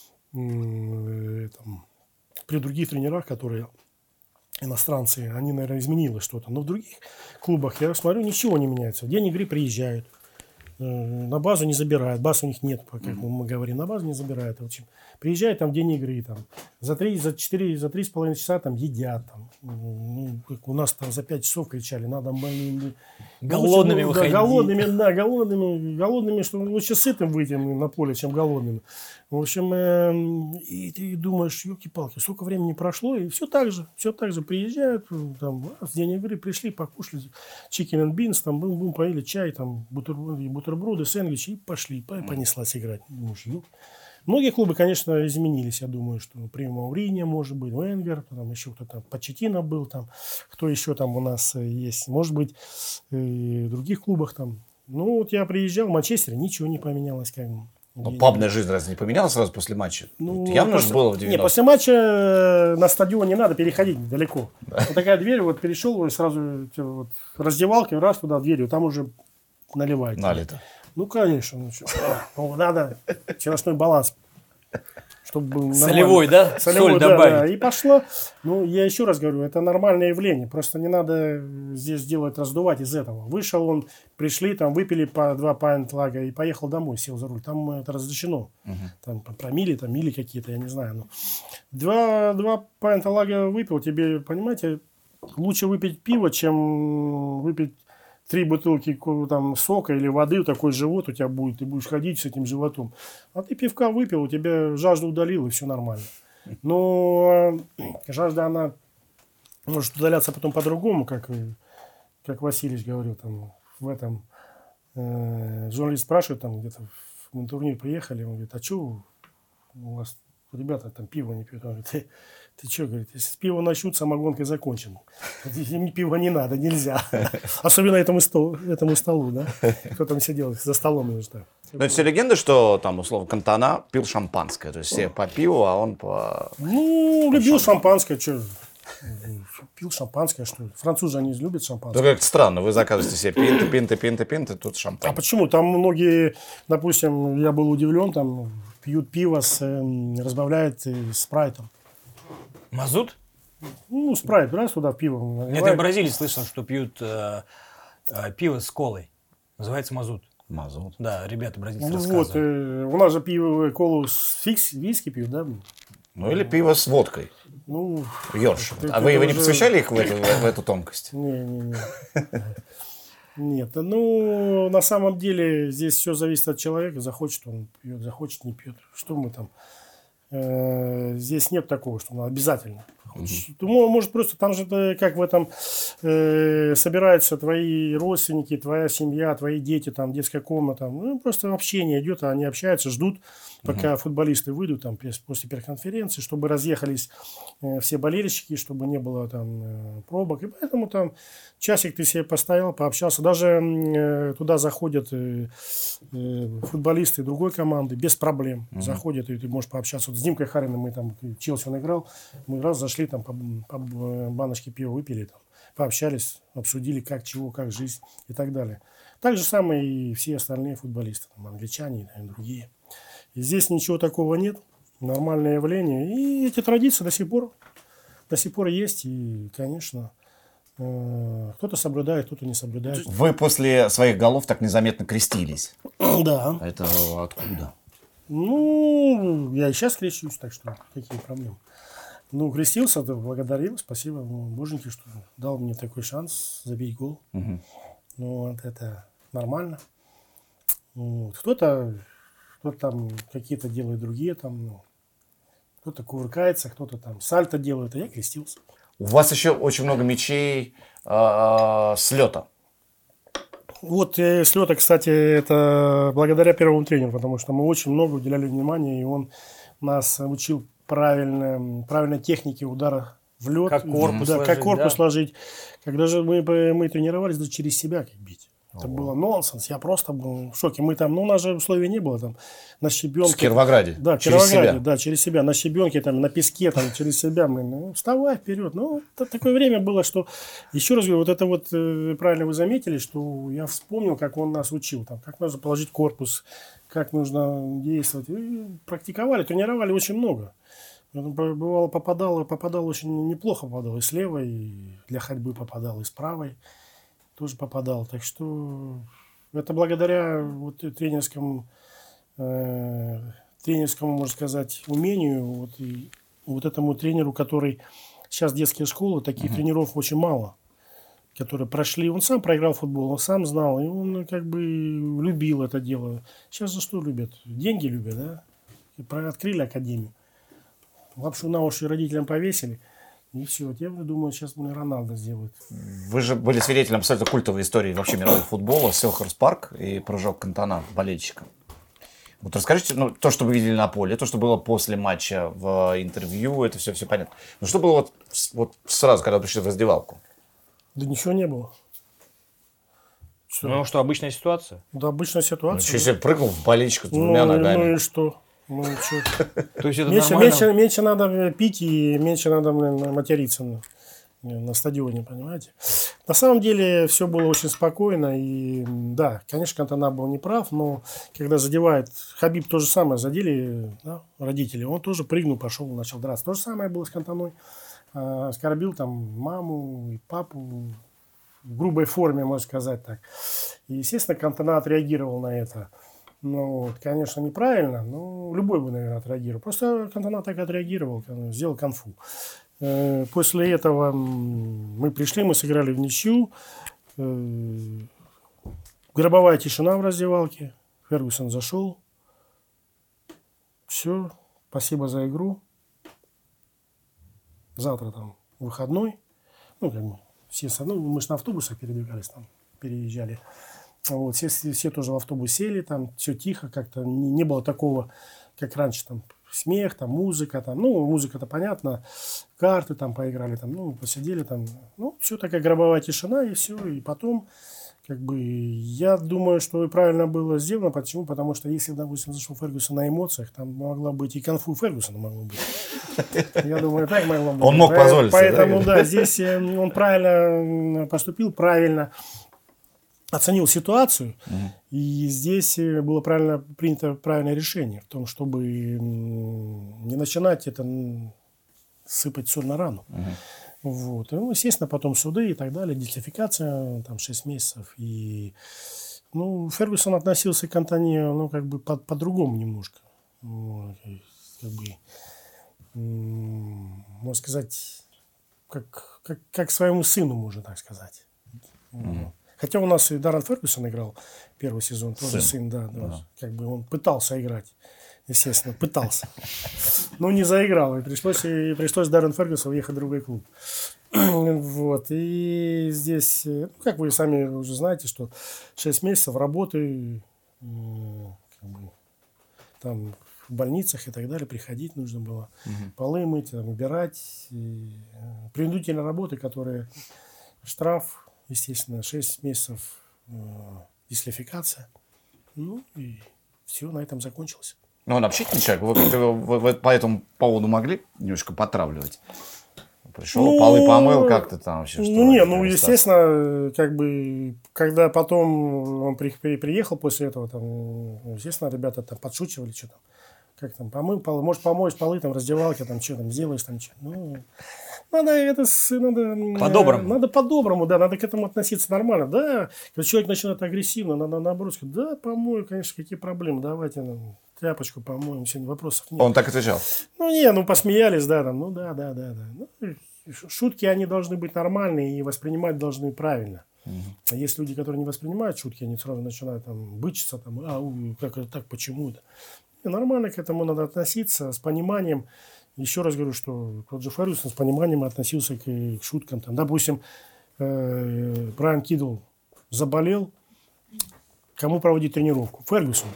других тренерах, которые иностранцы, они, наверное, изменилось что-то. Но в других клубах, я смотрю, ничего не меняется. В день игры приезжают, на базу не забирают. Баз у них нет, как мы говорим, на базу не забирают. В общем, приезжают там в день игры, там, за 3,5 часа там едят. Там, как у нас там за 5 часов кричали, надо... Голодными выходить. Голодными, что лучше сытым выйти на поле, чем голодными. В общем, и ты думаешь, елки-палки, сколько времени прошло, и все так же приезжают, там, в день игры пришли, покушали chicken and beans, там, бум-бум, поели чай, там, бутерброды, сэндвичи, и пошли, понеслась играть. Думаешь, Многие клубы, конечно, изменились. Я думаю, что при Мауриньо, может быть, Венгер, потом еще кто-то, Почеттино был там, кто еще там у нас есть. Может быть, и в других клубах там. Ну, вот я приезжал в Манчестер, ничего не поменялось. Как бы. Но пабная жизнь разве не поменялась сразу после матча? Ну, явно же было в 90-х. Не, после матча на стадион не надо переходить далеко. Да. Вот такая дверь, вот перешел, и сразу вот, раздевалки, раз туда дверью, там уже наливают. Налито. Ну, конечно. Надо челночной баланс. Чтобы был солевой, да? Солевой, соль да, добавить. Да. И пошло. Ну, я еще раз говорю, это нормальное явление. Просто не надо здесь делать, раздувать из этого. Вышел он, пришли, там выпили по 2 пайнт лага и поехал домой, сел за руль. Там это разрешено. Там промили, там мили какие-то, я не знаю. Но 2 пайнта лага выпил, тебе, понимаете, лучше выпить пиво, чем выпить 3 бутылки там, сока или воды, такой живот у тебя будет, ты будешь ходить с этим животом. А ты пивка выпил, у тебя жажда удалила, и все нормально. Но жажда, она может удаляться потом по-другому, как Васильевич говорил, там, в этом. Журналист спрашивает, там, где-то на турнир приехали, он говорит, а что у вас ребята там пиво не пьют? Он говорит, ты что, говорит, если с пива начнут, самогонкой закончим. Им пива не надо, нельзя. Особенно этому столу, да? Кто там сидел за столом. Но это все легенды, что там, условно, Кантана пил шампанское. То есть все по пиву, а он по... Ну, любил шампанское, что... Пил шампанское, что ли? Французы, они любят шампанское. Ну, как-то странно, вы заказываете себе пинты, тут шампань. А почему? Там многие, допустим, я был удивлен, там пьют пиво, разбавляют спрайтом. Мазут? Ну, спрайт, раз туда пиво наливают. Это в Бразилии слышал, что пьют пиво с колой. Называется мазут. Мазут. Да, ребята бразильцы Вот, у нас же пиво, колу с виски пьют, да? Ну, или пиво с водкой. Ну, Йорш. А вы не посвящали их в эту тонкость? Не. Нет, ну, на самом деле, здесь все зависит от человека. Захочет он пьет, захочет не пьет. Что мы там... Здесь нет такого, что обязательно. Может, просто там же, как в этом, собираются твои родственники, твоя семья, твои дети, там, детская комната. Ну, просто общение идет, они общаются, ждут, пока футболисты выйдут там, после пресс-конференции, чтобы разъехались все болельщики, чтобы не было там пробок. И поэтому там часик ты себе постоял, пообщался. Даже туда заходят футболисты другой команды без проблем. Заходят, и ты можешь пообщаться. Вот с Димкой Хариным мы там, Челси он играл, мы раз зашли, там по баночке пива выпили, там, пообщались, обсудили, как, чего, как жизнь и так далее. Так же самое и все остальные футболисты, там, англичане и другие. И здесь ничего такого нет, нормальное явление. И эти традиции до сих пор есть, и, конечно, кто-то соблюдает, кто-то не соблюдает. Вы после своих голов так незаметно крестились. Да. Это откуда? Ну, я и сейчас крещусь, так что какие проблемы. Ну, крестился, благодарил, спасибо Боженьке, что дал мне такой шанс забить гол. Ну, вот это нормально. Вот. Кто-то там какие-то делает другие, там, кто-то кувыркается, кто-то там сальто делает, а я крестился. У вас еще очень много мячей с лета. Вот с лета, кстати, это благодаря первому тренеру, потому что мы очень много уделяли внимания, и он нас учил правильной технике удара в лед. Как корпус сложить. Как корпус сложить. Когда же мы тренировались, даже через себя как бить. Это было нонсенс. Я просто был в шоке. Мы там, у нас же условий не было там на щебенке. В Кировограде? Да, в Кировограде, да, через себя. На щебенке, там, на песке, там, через себя. Вставай вперед. Ну, такое время было, что, еще раз говорю, вот это вот, правильно вы заметили, что я вспомнил, как он нас учил. Там, как нужно положить корпус, как нужно действовать. И практиковали, тренировали очень много. Бывало, попадал очень неплохо, попадал и с левой, и для ходьбы попадал, и с правой. Тоже попадал. Так что это благодаря вот тренерскому, можно сказать, умению. Вот, и вот этому тренеру, который сейчас детские школы, таких тренеров очень мало, которые прошли. Он сам проиграл футбол, он сам знал, и он как бы любил это дело. Сейчас за что любят? Деньги любят, да? И открыли академию. Лапшу на уши родителям повесили. И все. Я думаю, сейчас Роналдо сделает. Вы же были свидетелем абсолютно культовой истории вообще мирового футбола. Селхерст Парк и прыжок Кантана болельщикам. Вот расскажите, ну, то, что вы видели на поле, то, что было после матча в интервью, это все понятно. Но что было вот сразу, когда пришли в раздевалку? Да ничего не было. Ну, что, обычная ситуация? Да, обычная Ну, ситуация. если прыгнул в болельщика с двумя ногами. Ну и что? Ну, и что? То есть это нормально? Меньше надо пить и меньше надо материться на стадионе, понимаете? На самом деле все было очень спокойно. И да, конечно, Кантана был неправ, но когда задевает... Хабиб то же самое, задели, да, родители. Он тоже прыгнул, пошел, начал драться. То же самое было с Кантаной. Оскорбил там маму и папу в грубой форме, можно сказать так. И, естественно, Кантана отреагировал на это. Ну, вот, конечно, неправильно, но любой бы, наверное, отреагировал. Просто Кантана так отреагировал, сделал конфу. После этого мы пришли, мы сыграли в ничью. Гробовая тишина в раздевалке. Фергюсон зашел. Все, спасибо за игру. Завтра там выходной. Ну, как бы, все, ну, мы же на автобусах передвигались, там, переезжали. Вот, все тоже в автобус сели, там все тихо, как-то не было такого, как раньше, там смех, там музыка, там, ну, музыка-то понятно, карты там поиграли, там, ну, посидели там, ну, все такая гробовая тишина, и все, и потом, как бы, я думаю, что и правильно было сделано, почему? Потому что если, допустим, зашел Фергюсон на эмоциях, там могла быть и конфу Фергюсона могло быть. Я думаю, так могло быть. Он мог позволиться. Поэтому, да, здесь он правильно поступил, правильно оценил ситуацию, и здесь было принято правильное решение в том, чтобы не начинать это сыпать соль на рану. Вот. Ну, естественно, потом суды и так далее, дисквалификация, там 6 месяцев. И, ну, Фергюсон относился к Кантане, ну, как бы по-другому немножко. Вот. Как бы, можно сказать, как к своему сыну, можно так сказать. Хотя у нас и Даррен Фергюсон играл первый сезон, тоже сын, да. Как бы он пытался играть, естественно, пытался. Но не заиграл, и пришлось Даррен Фергюсону ехать в другой клуб. Вот, и здесь, ну, как вы сами уже знаете, что 6 месяцев работы, как бы, там в больницах и так далее, приходить нужно было, полы мыть, там, убирать, принудительные работы, которые штраф, естественно, 6 месяцев дисквалификация. Ну, и все, на этом закончилось. Ну, он общительный человек. Вы по этому поводу могли немножко потравливать? Пришел, ну, полы помыл, как-то там вообще? Естественно, как бы, когда потом он приехал после этого, там, естественно, ребята там подшучивали, что там, как там, помыл полы, может, помоешь полы, там, раздевалки, там, что там, сделаешь, там, что. Ну, надо по-доброму. Надо по-доброму, да, надо к этому относиться нормально. Да, когда человек начинает агрессивно, надо наоборот сказать, да, помою, конечно, какие проблемы, давайте тряпочку помоем, сегодня вопросов нет. Он так отвечал? Ну, посмеялись, да, там, ну, да. Ну, шутки, они должны быть нормальные и воспринимать должны правильно. А есть люди, которые не воспринимают шутки, они сразу начинают там бычиться, там, как это так, почему это. И нормально к этому надо относиться, с пониманием. Еще раз говорю, что тот же Фергюсон с пониманием относился к шуткам. Там, допустим, Брайан Кидл заболел. Кому проводить тренировку? Фергюсон.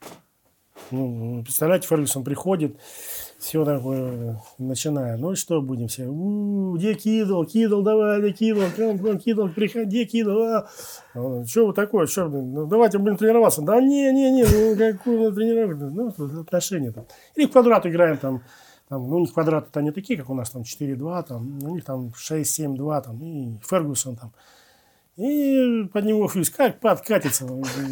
Ну, представляете, Фергюсон приходит, все такое, начиная. Ну и что будем все? Где Кидл, давай, где Кидл, приходи, Кидл. Что вы такое? Что, ну, давайте будем тренироваться. Да не, ну какую тренировку? Ну, отношения там. Или в квадрат играем там. Ну, у них квадраты-то не такие, как у нас, там 4-2, там, у них там 6-7-2, там, и Фергюсон там. И под него Хьюз как подкатится,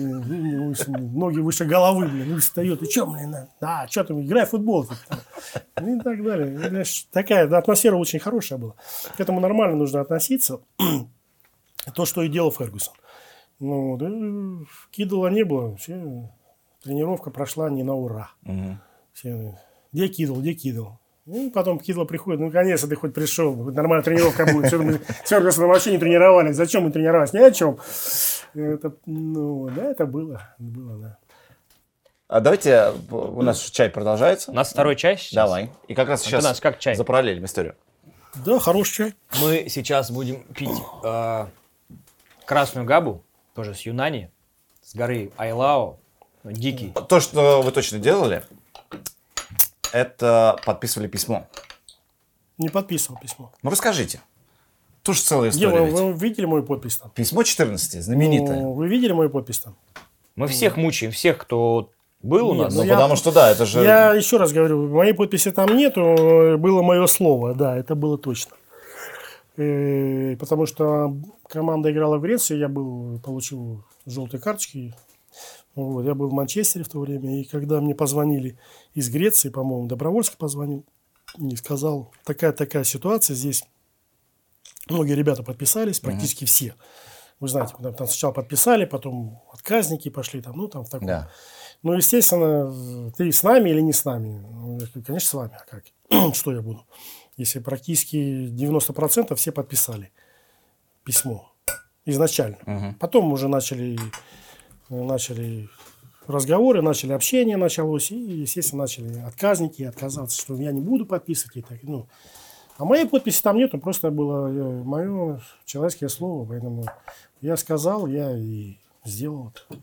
ноги выше головы, блин, встает. И что, блин, что там, играй в футбол. И так далее. Такая атмосфера очень хорошая была. К этому нормально нужно относиться. То, что и делал Фергюсон. Ну, да, Кидла не было. Все, тренировка прошла не на ура. Все, где Кидл? Ну, потом Кидл приходит, ну, наконец-то ты хоть пришел, нормальная тренировка будет. Все, мы с Фергюсоном вообще не тренировались. Зачем мы тренировались? Ни о чем. Это, ну, да, это было, да. А давайте, у нас чай продолжается. У нас второй чай сейчас. Давай. И как раз сейчас как чай? запараллелим историю. Да, хороший чай. Мы сейчас будем пить красную габу, тоже с Юнани, с горы Айлао. Дикий. То, что вы точно делали, это подписывали письмо. Не подписывал письмо. Ну, расскажите. Тоже целая история ведь. Вы видели мою подпись там? Письмо 14, знаменитое. Ну, вы видели мою подпись там? Мы всех мучаем, всех, кто был у Нет, нас. ну, Ну, потому что, да, это же... Я еще раз говорю, моей подписи там нету, было мое слово, да, это было точно. Потому что команда играла в Греции, получил желтые карточки. Вот, я был в Манчестере в то время, и когда мне позвонили из Греции, по-моему, Добровольский позвонил и сказал, такая ситуация здесь. Многие ребята подписались, практически все. Вы знаете, там сначала подписали, потом отказники пошли, там, ну, там в таком. Да. Ну, естественно, ты с нами или не с нами? Ну, я говорю, конечно, с вами. А как? Что я буду? Если практически 90% все подписали письмо изначально. Потом уже начали разговоры, начали общение началось, и, естественно, начали отказники отказаться, что я не буду подписывать. И так, ну. А моей подписи там нету, просто было мое человеческое слово, поэтому я сказал, я и сделал это.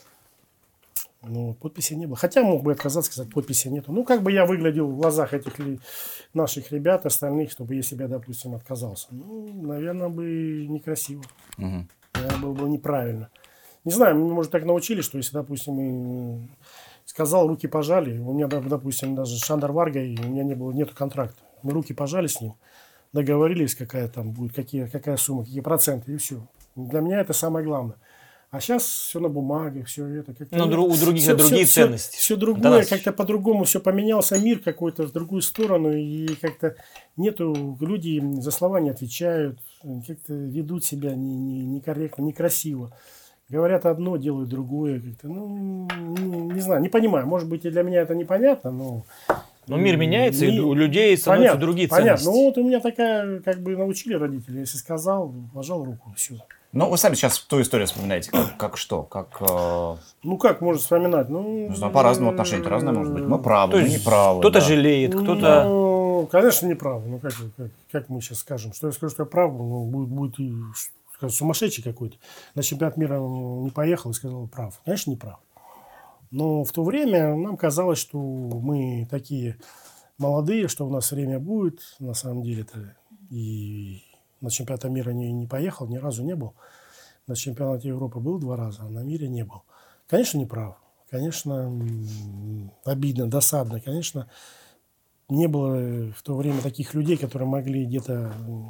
Ну, подписи не было. Хотя мог бы отказаться, сказать, подписи нету. Ну, как бы я выглядел в глазах этих наших ребят, остальных, чтобы я себя, допустим, отказался. Ну, наверное, бы некрасиво. Наверное, было бы неправильно. Не знаю, мы, может, так научились, что если, допустим, и сказал, руки пожали, у меня, допустим, даже с Шандар Варгой, у меня нету контракта. Мы руки пожали с ним, договорились, какая там будет, какая сумма, какие проценты, и все. Для меня это самое главное. А сейчас все на бумаге, все это. Но у других другие ценности. Все другое, как-то по-другому все поменялся, мир какой-то в другую сторону, и как-то нету, люди за слова не отвечают, как-то ведут себя некорректно, некрасиво. Говорят одно, делают другое. Как-то, ну, не знаю, не понимаю. Может быть, и для меня это непонятно, но... Но мир меняется, и у людей становятся другие ценности. Понятно. Ну, вот у меня такая, как бы, научили родители. Если сказал, пожал руку, все. Ну, вы сами сейчас ту историю вспоминаете, как что? Как... Ну, как можно вспоминать? Ну, по-разному отношения разные, может быть. Мы правы, мы не правы. Кто-то да. жалеет, кто-то... Ну, конечно, не правы. Ну, как мы сейчас скажем? Что я скажу, что я прав, ну, будет и, скажу, сумасшедший какой-то. На чемпионат мира не поехал и сказал, прав. Конечно, не прав. Но в то время нам казалось, что мы такие молодые, что у нас время будет. На самом деле-то и на чемпионате мира не поехал, ни разу не был. На чемпионате Европы был 2 раза, а на мире не был. Конечно, не прав. Конечно, обидно, досадно. Конечно, не было в то время таких людей, которые могли где-то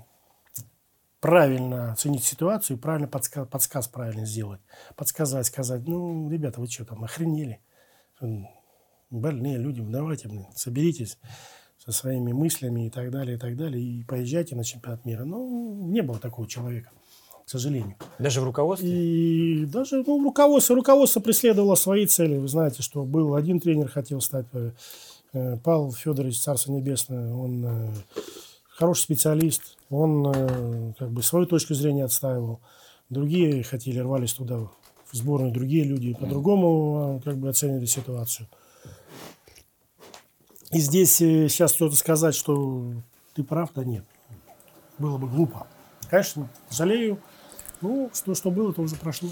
правильно оценить ситуацию, правильно подсказ правильно сделать. Подсказать, сказать, ну, ребята, вы что там, охренели? Больные люди, давайте, соберитесь со своими мыслями и так далее, и поезжайте на чемпионат мира. Ну, не было такого человека, к сожалению. Даже в руководстве? И даже руководство преследовало свои цели. Вы знаете, что был один тренер, хотел стать, Павел Федорович, Царство Небесное, он хороший специалист, он как бы свою точку зрения отстаивал. Другие хотели, рвались туда, в сборную, другие люди по-другому как бы оценивали ситуацию. И здесь сейчас кто-то сказать, что ты прав, да нет. Было бы глупо. Конечно, жалею. Ну, что было, то уже прошло.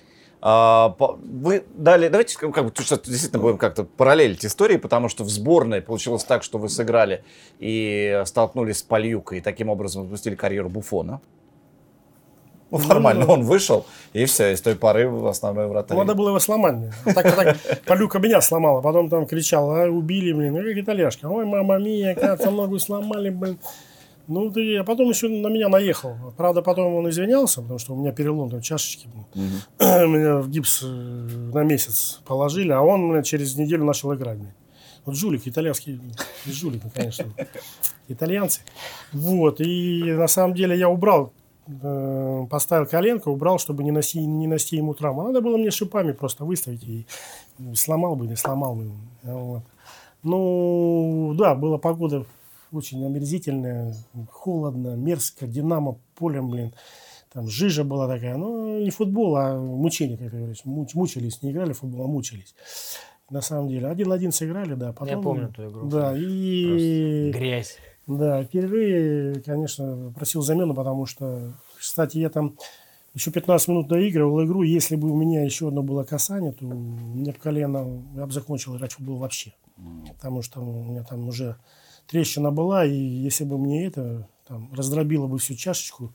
Вы дали, давайте как бы, сейчас действительно будем как-то параллелить истории, потому что в сборной получилось так, что вы сыграли и столкнулись с Пальюкой, и таким образом запустили карьеру Буфона. Ну, формально, он вышел, и все, и с той поры в основной вратарь. Надо было его сломать. Так Пальюка меня сломала, потом там кричал, убили, блин, как итальяшка. Ой, мама мия, как-то ногу сломали, блин. Ну, а потом еще на меня наехал. Правда, потом он извинялся, потому что у меня перелом там чашечки. Меня в гипс на месяц положили, а он через неделю начал играть. Вот жулик, итальянский жулик, конечно. Итальянцы. Вот, и на самом деле я убрал, поставил коленку, убрал, чтобы не нести ему травму. Надо было мне шипами просто выставить, и сломал бы, не сломал бы. Вот. Ну, да, была погода очень омерзительная, холодно, мерзко, Динамо, полем, блин. Там жижа была такая. Ну, не футбол, а мучение, как говорится. Мучились, не играли в футбол, а мучились. На самом деле. 1-1 сыграли, да. Потом, я помню эту игру. Да, и... Просто грязь. Да, впервые, конечно, просил замену, потому что, кстати, я там Еще 15 минут доигрывал игру. Если бы у меня еще одно было касание, то у меня бы колено, я бы закончил играть в футбол вообще. Потому что у меня там уже трещина была, и если бы мне это там раздробило бы всю чашечку,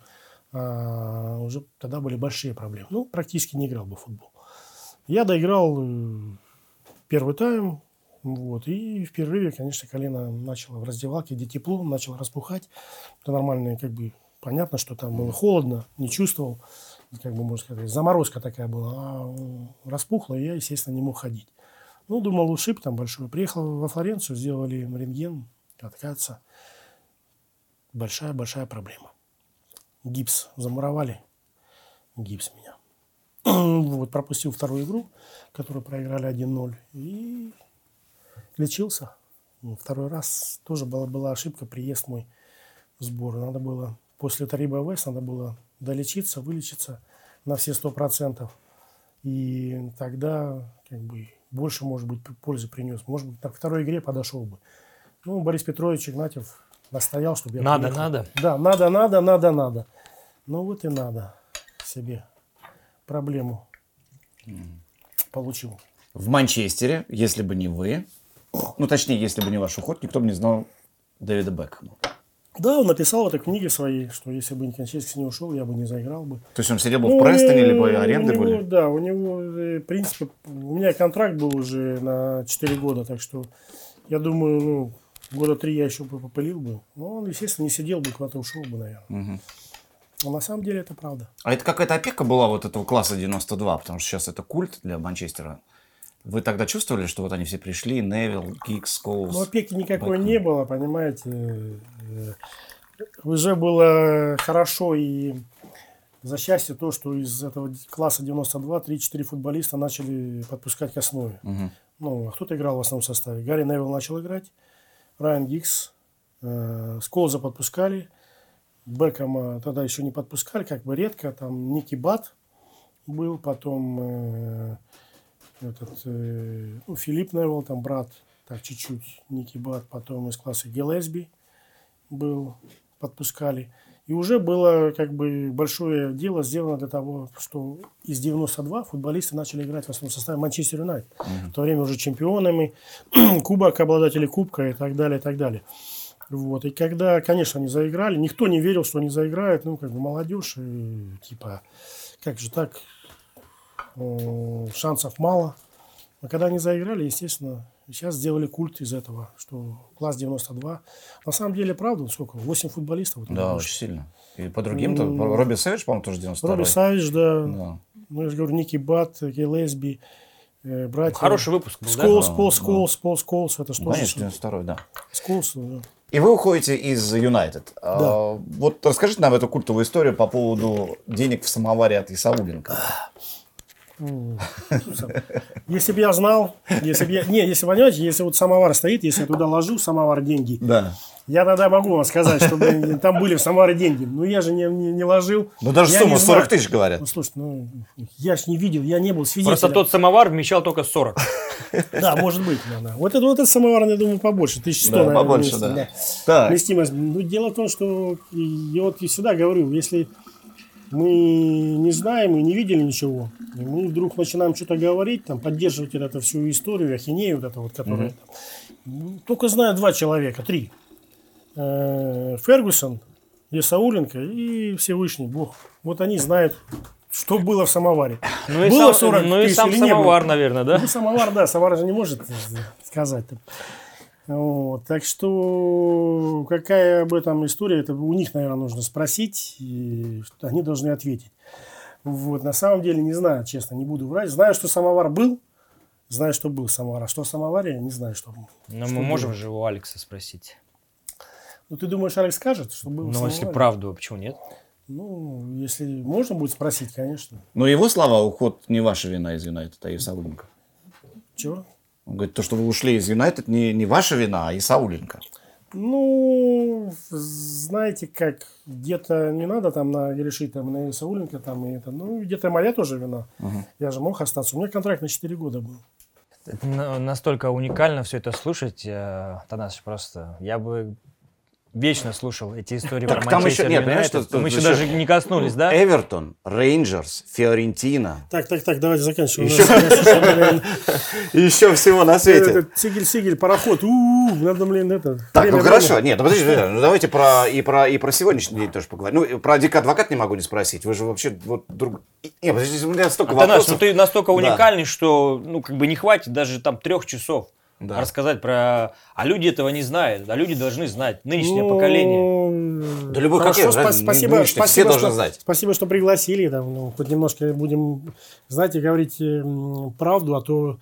уже тогда были большие проблемы. Ну, практически не играл бы в футбол. Я доиграл первый тайм, вот, и в перерыве, конечно, колено начало в раздевалке, где тепло, начало распухать. Это нормально, как бы, понятно, что там было холодно, не чувствовал, как бы, можно сказать, заморозка такая была, распухло, и я, естественно, не мог ходить. Ну, думал, ушиб там большой. Приехал во Флоренцию, сделали рентген, откататься. Большая проблема. Гипс замуровали, гипс меня. Вот, пропустил вторую игру, которую проиграли 1-0, и лечился. Второй раз тоже была ошибка, приезд мой в сбор. Надо было, после Тариба АВС, надо было долечиться, вылечиться на все 100%. И тогда, как бы, больше, может быть, пользы принес. Может быть, на второй игре подошел бы. Ну, Борис Петрович Игнатьев настоял, чтобы я приехал. Надо. Да, надо. Ну, вот и надо себе проблему получил. В Манчестере, если бы не вы, ну, точнее, если бы не ваш уход, никто бы не знал Дэвида Бекхэма. Да, он написал в этой книге своей, что если бы Никончевский не ушел, я бы не заиграл бы. То есть он сидел бы в Престоне, либо аренды были? Да, у него, в принципе, у меня контракт был уже на 4 года, так что я думаю, ну, года 3 я еще бы попылил бы. Но он, естественно, не сидел бы, куда-то ушел бы, наверное. Угу. Но на самом деле это правда. А это какая-то опека была вот этого класса 92, потому что сейчас это культ для Манчестера. Вы тогда чувствовали, что вот они все пришли, Невилл, Гиггс, Скоулс? Ну, опеки никакой не было, понимаете. Уже было хорошо, и за счастье то, что из этого класса 92 3-4 футболиста начали подпускать к основе. Угу. Ну, а кто-то играл в основном составе. Гарри Невилл начал играть, Райан Гиггс, Сколза подпускали, Бекхэма тогда еще не подпускали, как бы редко. Там Ники Бат был, потом Филипп Невилл, там брат, так чуть-чуть, Ники Бат, потом из класса Гиллеспи был, подпускали. И уже было как бы большое дело сделано для того, что из 92 футболисты начали играть в основном составе Манчестер Юнайтед. В то время уже чемпионами, кубок, обладатели кубка и так далее, и так далее. Вот. И когда, конечно, они заиграли, никто не верил, что они заиграют, ну, как бы молодежь, и, типа, как же так, шансов мало. А когда они заиграли, естественно, сейчас сделали культ из этого, что класс 92. На самом деле, правда, сколько? 8 футболистов? Вот, да, очень сильно. И по другим-то, Робби Сэвидж, по-моему, тоже 92-й. Робби Сэвидж, да. Ну, я же говорю, Ники Бат, Гиллеспи, братья. Хороший выпуск был, Сколс, да? Пол Сколс, это что? Конечно, 92-й, да. Сколс, да. И вы уходите из Юнайтед. Да. Вот расскажите нам эту культовую историю по поводу денег в самоваре от Исауленко. Если бы я знал, если понимаете, если вот самовар стоит, если я туда ложу в самовар деньги, Да. я тогда могу вам сказать, что там были в самоваре деньги. Но я же не ложил. Ну даже Я сумма не 40 знаю. тысяч, говорят. Ну слушай, я ж не видел, я не был свидетелем. Просто тот самовар вмещал только 40. Да, может быть. Да. Вот этот самовар, я думаю, побольше. 1100, Да, наверное, побольше, вместе, да. Так. Вместимость. Ну, дело в том, что я вот всегда говорю, если мы не знаем и не видели ничего, и мы вдруг начинаем что-то говорить, там, поддерживать эту всю историю, ахинею, вот эту вот, которая там, только знают 2 человека, 3. Фергюсон, Исауленко и Всевышний Бог. Вот они знают, что было в самоваре. Ну и Было сам, 40 ну и тысяч сам или не самовар, было? наверное, да? Ну, самовар, да, самовар же не может сказать. Вот, так что какая об этом история, это у них, наверное, нужно спросить, и они должны ответить. Вот, на самом деле не знаю, честно, не буду врать. Знаю, что самовар был, знаю, что был самовар, а что в самоваре, я не знаю, что был. Но мы можем же у Алекса спросить. Ну, ты думаешь, Алекс скажет, что был в Ну, самоваре? если правду, почему нет? Ну, если можно будет спросить, конечно. Но его слова, уход не ваша вина из Юнайтед, а Исауленко. Чего? Он говорит, то, что вы ушли из Юнайтед, не ваша вина, а Исауленко. Ну, знаете, как, где-то не надо там решить там, на Исауленко, там, и это, ну, где-то моя тоже вина. Я же мог остаться. У меня контракт на 4 года был. Это настолько уникально все это слушать, Танас, просто я бы Вечно слушал эти истории Так про там Манчестер еще- нет, понимаешь, Юнайтед. что- Мы еще еще- даже не коснулись, да? Эвертон, Рейнджерс, Фиорентина. Так, давайте заканчиваем. И еще всего на свете. Сигель, пароход. Надо, блин, это... Так, время, ну хорошо. время. Нет, ну подождите, ну давайте про сегодняшний день тоже поговорим. Ну, про Дика Адвокат не могу не спросить. Вы же вообще вот друг... Нет, подождите, у меня столько Атанас, вопросов. ну ты настолько Да. уникальный, что, не хватит даже там 3 часов Да. рассказать про... А люди этого не знают, а люди должны знать, нынешнее поколение. Да любой Хорошо, какой, спасибо, нынешний, все должны знать. Спасибо, что пригласили. Там, хоть немножко будем, знаете, говорить правду, а то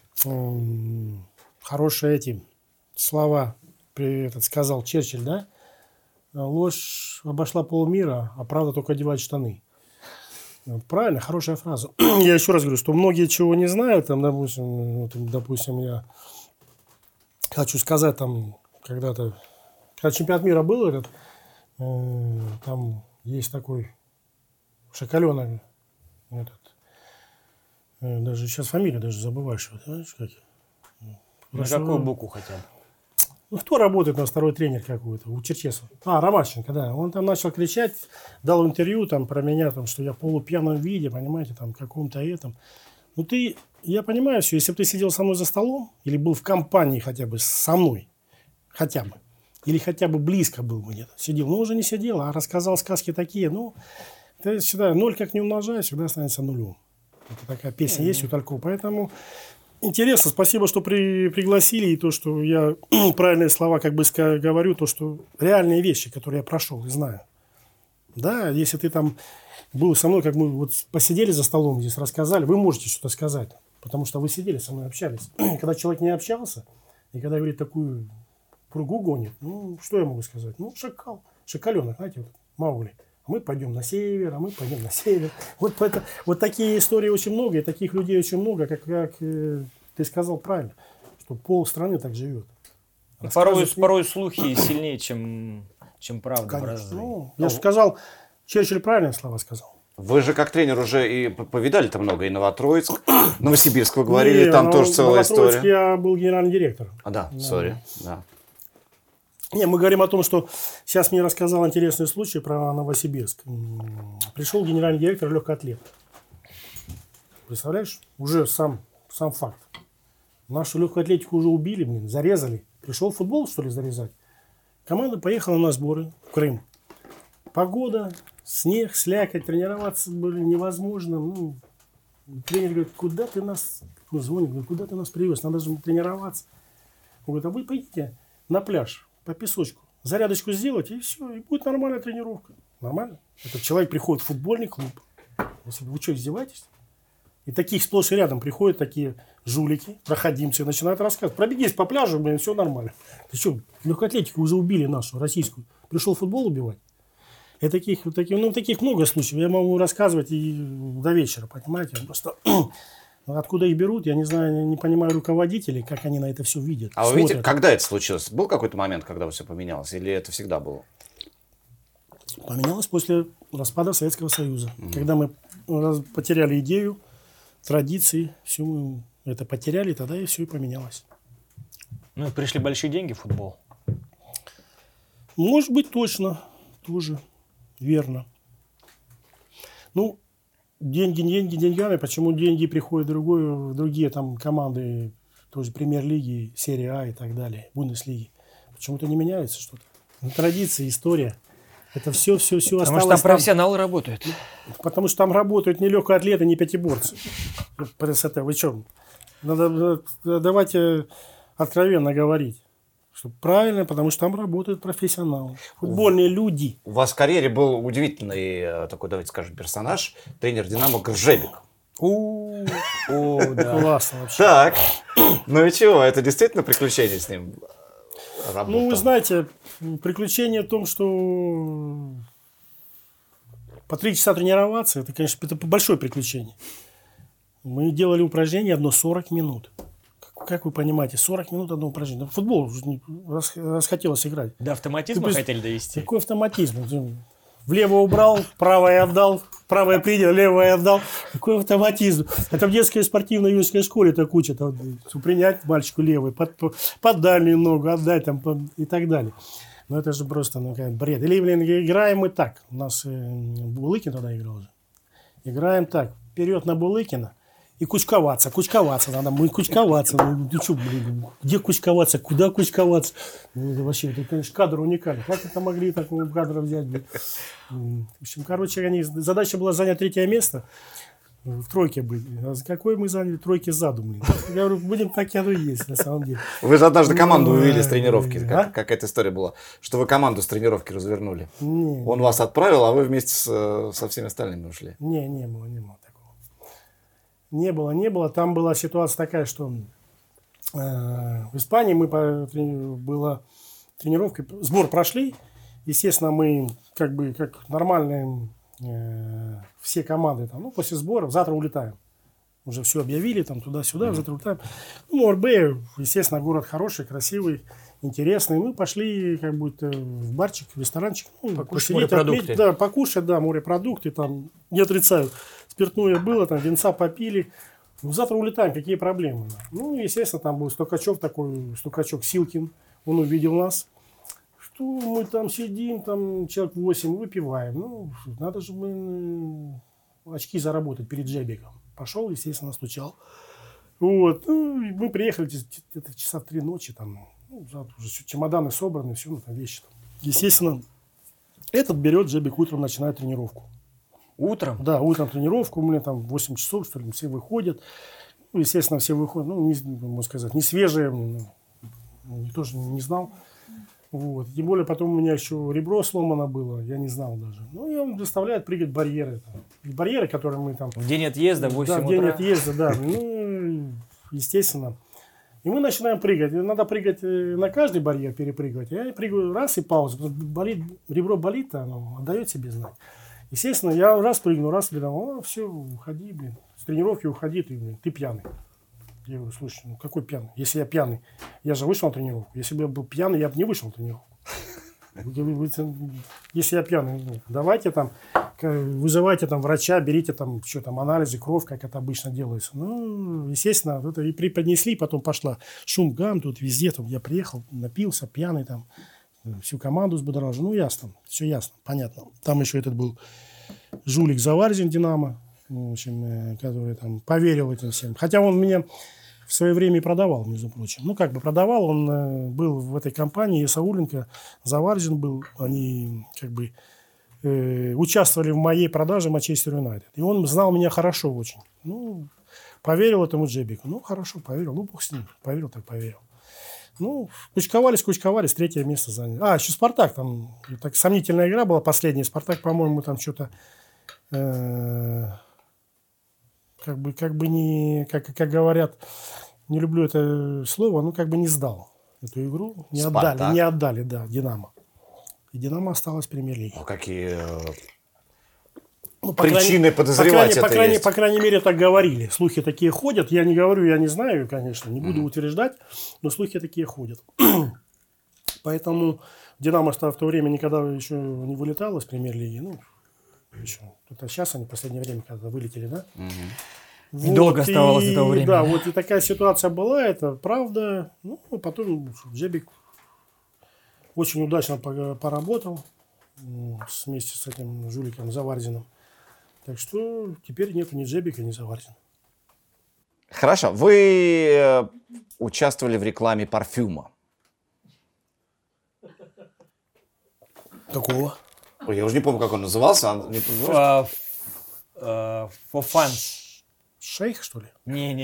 хорошие эти слова сказал Черчилль, да? Ложь обошла полмира, а правда только одевает штаны. Правильно, хорошая фраза. Я еще раз говорю, что многие чего не знают, там, допустим, я хочу сказать, там, когда чемпионат мира был этот, там есть такой шоколенок, даже сейчас фамилию даже забываешь, знаешь, как? На какую букву хотя бы? Ну, кто работает на второй тренер какой-то? У Черчесова. Ромащенко, да. Он там начал кричать, дал интервью там про меня, там, что я в полупьяном виде, понимаете, там, каком-то этом. Ну, я понимаю все, если бы ты сидел со мной за столом, или был в компании хотя бы со мной, хотя бы, или хотя бы близко был бы где-то, сидел, но уже не сидел, а рассказал сказки такие, ну, ты всегда, 0 как не умножай, всегда останется нулем. Это такая песня есть у Талькова, поэтому... Интересно, спасибо, что пригласили, и то, что я правильные слова говорю, то, что реальные вещи, которые я прошел и знаю. Да, если ты там был со мной, как мы вот посидели за столом здесь, рассказали, вы можете что-то сказать, потому что вы сидели со мной, общались. Когда человек не общался, и когда говорит такую пургу гонит, ну, что я могу сказать? Ну, шакаленок, знаете, вот, Маугли. Мы пойдем на север, а мы пойдем на север. Вот такие истории очень много, и таких людей очень много, как ты сказал правильно, что полстраны так живет. Порой слухи сильнее, чем правда. Конечно. Ну, я же сказал, Черчилль правильные слова сказал. Вы же как тренер уже и повидали-то много, и Новотроицк, Новосибирск вы говорили, там тоже целая история. В Новотроицке я был генеральный директор. Да. Не, мы говорим о том, что сейчас мне рассказал интересный случай про Новосибирск. Пришел генеральный директор легкоатлет. Представляешь? Уже сам факт. Нашу легкую атлетику уже убили, зарезали. Пришел футбол, что ли, зарезать. Команда поехала на сборы в Крым. Погода, снег, слякоть, тренироваться было невозможно. Ну, тренер говорит, куда ты нас, звонит, говорит, куда ты нас привез, надо же тренироваться. Он говорит, а вы пойдите на пляж. По песочку. Зарядочку сделать, и все, и будет нормальная тренировка. Нормально? Этот человек приходит в футбольный клуб. Вы что, издеваетесь? И таких сплошь и рядом приходят такие жулики, проходимцы, начинают рассказывать. Пробегись по пляжу, все нормально. Ты что, легкоатлетику уже убили нашу, российскую. Пришел футбол убивать? И таких много случаев. Я могу рассказывать и до вечера, понимаете? Просто... Откуда их берут, я не знаю, не понимаю руководителей, как они на это все видят. А вы видите, когда это случилось? Был какой-то момент, когда все поменялось? Или это всегда было? Поменялось после распада Советского Союза. Когда мы потеряли идею, традиции, все мы это потеряли, тогда и все и поменялось. Ну и пришли большие деньги в футбол. Может быть, точно. Тоже верно. Ну, деньги деньгами. Почему деньги приходят в другие там команды, тоже премьер-лиги, серия А и так далее, Бундеслиги? Почему-то не меняется что-то. Традиции, история. Это все осталось. Потому что там профессионалы работают. Потому что там работают не легкоатлеты, не пятиборцы. Вы что? Давайте откровенно говорить. Что правильно, потому что там работают профессионалы. Футбольные люди. У вас в карьере был удивительный такой, давайте скажем, персонаж, тренер «Динамо» Гржебик. Да. Классно вообще. Так, ну и чего, это действительно приключение с ним? Работа. Ну, вы знаете, приключение в том, что по 3 часа тренироваться, это, конечно, это большое приключение. Мы делали упражнение одно 40 минут. Как вы понимаете, 40 минут одно упражнение. В футбол расхотелось играть. До автоматизма хотели довести? Какой автоматизм? Влево убрал, правое отдал, правое принял, левое отдал. Какой автоматизм? Это в детской спортивной юношеской школе так учат. Принять мальчику левый, под дальнюю ногу отдать там, и так далее. Ну, это же просто, ну, как бред. Или, блин, играем мы так. У нас Булыкин тогда играл уже. Играем так. Вперед на Булыкина. И кучковаться надо. Мы кучковаться. Ну, ты что, блин, где кучковаться? Куда кучковаться? Ну, это вообще, это, конечно, кадр уникальный. Как это могли такого кадра взять, блин? В общем, короче, задача была занять 3-е место. В тройке были. А за какой мы заняли? Тройки сзаду, блин. Я говорю, будем так, оно и есть, на самом деле. Вы же однажды команду увели с тренировки. Какая-то история была. Что вы команду с тренировки развернули. Он вас отправил, а вы вместе со всеми остальными ушли. Не было такого. Не было. Там была ситуация такая, что в Испании была тренировка, сбор прошли. Естественно, мы как нормальные все команды там, ну, после сбора, завтра улетаем. Уже все объявили, там, туда-сюда, завтра улетаем. Ну, Орбе, естественно, город хороший, красивый, интересный. Мы пошли как будто в барчик, в ресторанчик. Ну, покушать морепродукты. Да, покушать, да, морепродукты, там, не отрицаю. Спиртное было, там, винца попили. Ну, завтра улетаем, какие проблемы? Ну, естественно, там был стукачок Силкин, он увидел нас. Что мы там сидим, там человек 8, выпиваем. Ну, надо же очки заработать перед Джебиком. Пошел, естественно, стучал. Вот. Ну, мы приехали где-то часа в 3 ночи. Там, ну, уже чемоданы собраны, все, ну, там вещи. Там. Естественно, этот берет, Джебик утром начинает тренировку. Утром? Да, утром тренировку. У меня там 8 часов, что ли, все выходят. Ну, естественно, все выходят. Ну, можно сказать, не свежие. Тоже не знал. Вот. Тем более потом у меня еще ребро сломано было, я не знал даже. Ну, и он заставляет прыгать барьеры. Там. Барьеры, которые мы там... В день отъезда, в 8 утра. Да, в день отъезда, да. Ну, естественно. И мы начинаем прыгать. Надо прыгать на каждый барьер, перепрыгивать. Я прыгаю раз и пауза. Ребро болит, оно отдает себе знать. Естественно, я раз прыгну, раз, блин, все, уходи, блин. С тренировки уходи, ты пьяный. Я говорю, слушай, ну какой пьяный? Если я пьяный, я же вышел на тренировку. Если бы я был пьяный, я бы не вышел на тренировку. Если я пьяный, давайте там, вызывайте там врача, берите там, что там, анализы, кровь, как это обычно делается. Ну, естественно, это и преподнесли, потом пошла шум, гам, тут везде, там, я приехал, напился, пьяный там, всю команду взбудоражил. Ну, ясно, все ясно, понятно. Там еще этот был жулик Заварзин, Динамо. В общем, который там поверил этим всем. Хотя он меня в свое время и продавал, между прочим. Ну, как бы продавал, он был в этой компании, Сауленко, Заварзин был. Они как бы участвовали в моей продаже Манчестер Юнайтед. И он знал меня хорошо очень. Ну, поверил этому Джебику. Ну, хорошо, поверил. Ну, бог с ним. Поверил, так поверил. Ну, кучковались, 3-е место заняли. А, еще Спартак. Там так сомнительная игра была последняя. Спартак, по-моему, там что-то... как говорят, не люблю это слово, ну, как бы не сдал эту игру. Не отдали, да, Динамо. И Динамо осталось в премьер-лиге. Ну, какие причины подозревать это есть? По крайней мере, так говорили. Слухи такие ходят. Я не говорю, я не знаю, конечно, не буду утверждать, но слухи такие ходят. Поэтому Динамо в то время никогда еще не вылетало из премьер-лиги. Ну, еще. Это сейчас они в последнее время когда вылетели, да? Вот, недолго оставалось до того времени. Да, вот и такая ситуация была, это правда. Ну, потом Джебик очень удачно поработал вместе с этим жуликом Заварзиным. Так что теперь нет ни Джебика, ни Заварзина. Хорошо. Вы участвовали в рекламе парфюма. Какого? Ой, я уже не помню, как он назывался. For fans. Шейх, что ли? Не.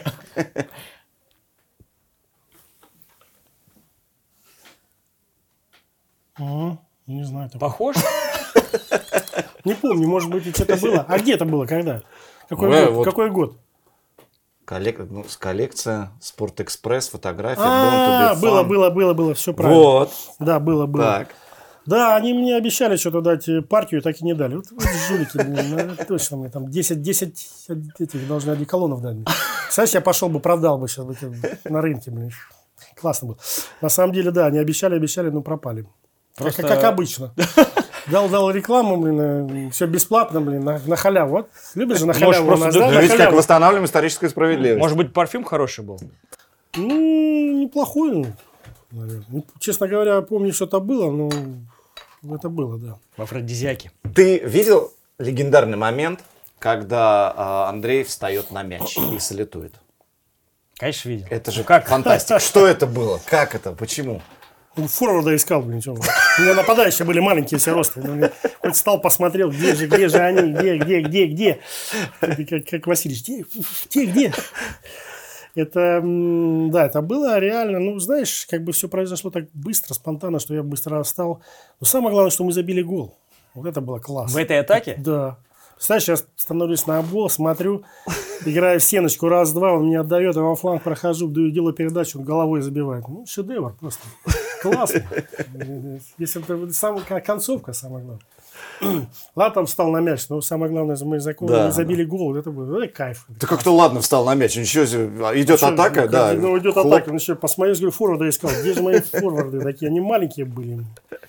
Не знаю. Похож? Не помню, может быть, что-то было. А где это было, когда? Какой год? Коллекция, Спортэкспресс, фотография. Было, все правильно. Вот. Да, было. Так. Да, они мне обещали что-то дать партию, так и не дали. Вот жулики, блин, точно мне там 10 этих должны одеколонов дать. Знаешь, я пошел бы, продал бы сейчас на рынке, блин. Классно было. На самом деле, да, они обещали, но пропали. Просто... Как обычно. Дал рекламу, блин, все бесплатно, блин, на халяву. Вот. Любишь же на халяву. Видите, как восстанавливаем историческую справедливость. Может быть, парфюм хороший был? Ну, неплохой. наверное. Ну, честно говоря, помню, что это было, но это было, да. В афродизиаке. Ты видел легендарный момент, когда Андрей встает на мяч и салютует? Конечно, видел. Это же как? фантастика. Что это было? Как это? Почему? Форварда искал, блин, что. У меня нападающие были маленькие все росты. Хоть встал, посмотрел, где же они, где. Как Васильевич, где? Это, да, это было реально, ну, знаешь, как бы все произошло так быстро, спонтанно, что я быстро встал. Но самое главное, что мы забили гол. Вот это было классно. В этой атаке? Да. Представляешь, я становлюсь на обвол, смотрю, играю в стеночку, раз-два, он мне отдает, я во фланг прохожу, делаю передачу, он головой забивает. Ну, шедевр просто. Классно. Если это концовка, самое главное. Ладно, там встал на мяч, но самое главное, мы забили гол, это был кайф. Ты как-то ладно встал на мяч, ничего себе, идет атака, да. Ну, идет атака, он еще посмотрел, говорю, форварда искал, где же мои форварды такие, они маленькие были.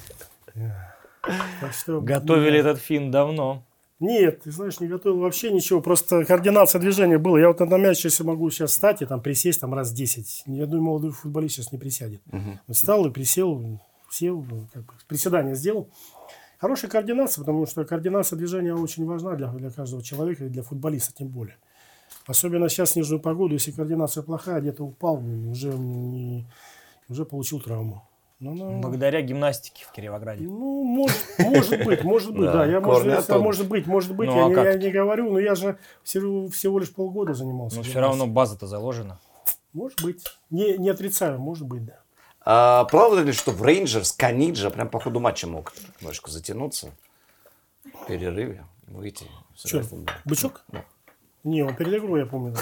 Готовили этот финт давно. Нет, ты знаешь, не готовил вообще ничего, просто координация движения была. Я вот на мяч, если могу сейчас встать и там присесть там раз 10, ни одной молодой футболист сейчас не присядет. Встал и присел, сел, как бы, приседание сделал. Хорошая координация, потому что координация движения очень важна для каждого человека и для футболиста тем более. Особенно сейчас в снежную погоду, если координация плохая, где-то упал, уже получил травму. Благодаря гимнастике в Кировограде. Ну, может быть, да. Может быть, я не говорю, но я же всего лишь полгода занимался. Но все равно база-то заложена. Может быть. Не отрицаю, может быть, да. Правда ли, что в Рейнджерс Каниджа прям по ходу матча мог немножко затянуться в перерыве, выйти? Что, бычок? Да. Не, он перед игрой, я помню.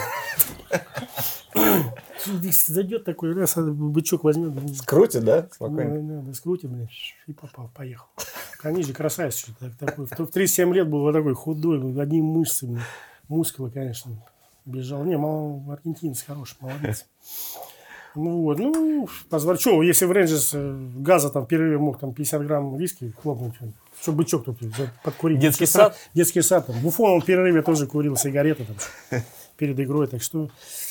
Зайдет такой, раз бычок возьмет. Скрутит, да? Спокойно. Да, скрутит, блин, и попал, поехал. Каниджа красавец. Такой, в 37 лет был вот такой худой, одни мышцы, мускулы, конечно. Бежал. Не, аргентинец хороший, молодец. Ну вот, что, если в Рейнджерс газа там в перерыве мог там 50 грамм виски хлопнуть, что бычок тут подкурить. Детский сад? Детский сад. Там. Буфон он в перерыве тоже курил сигареты там, перед игрой, так что...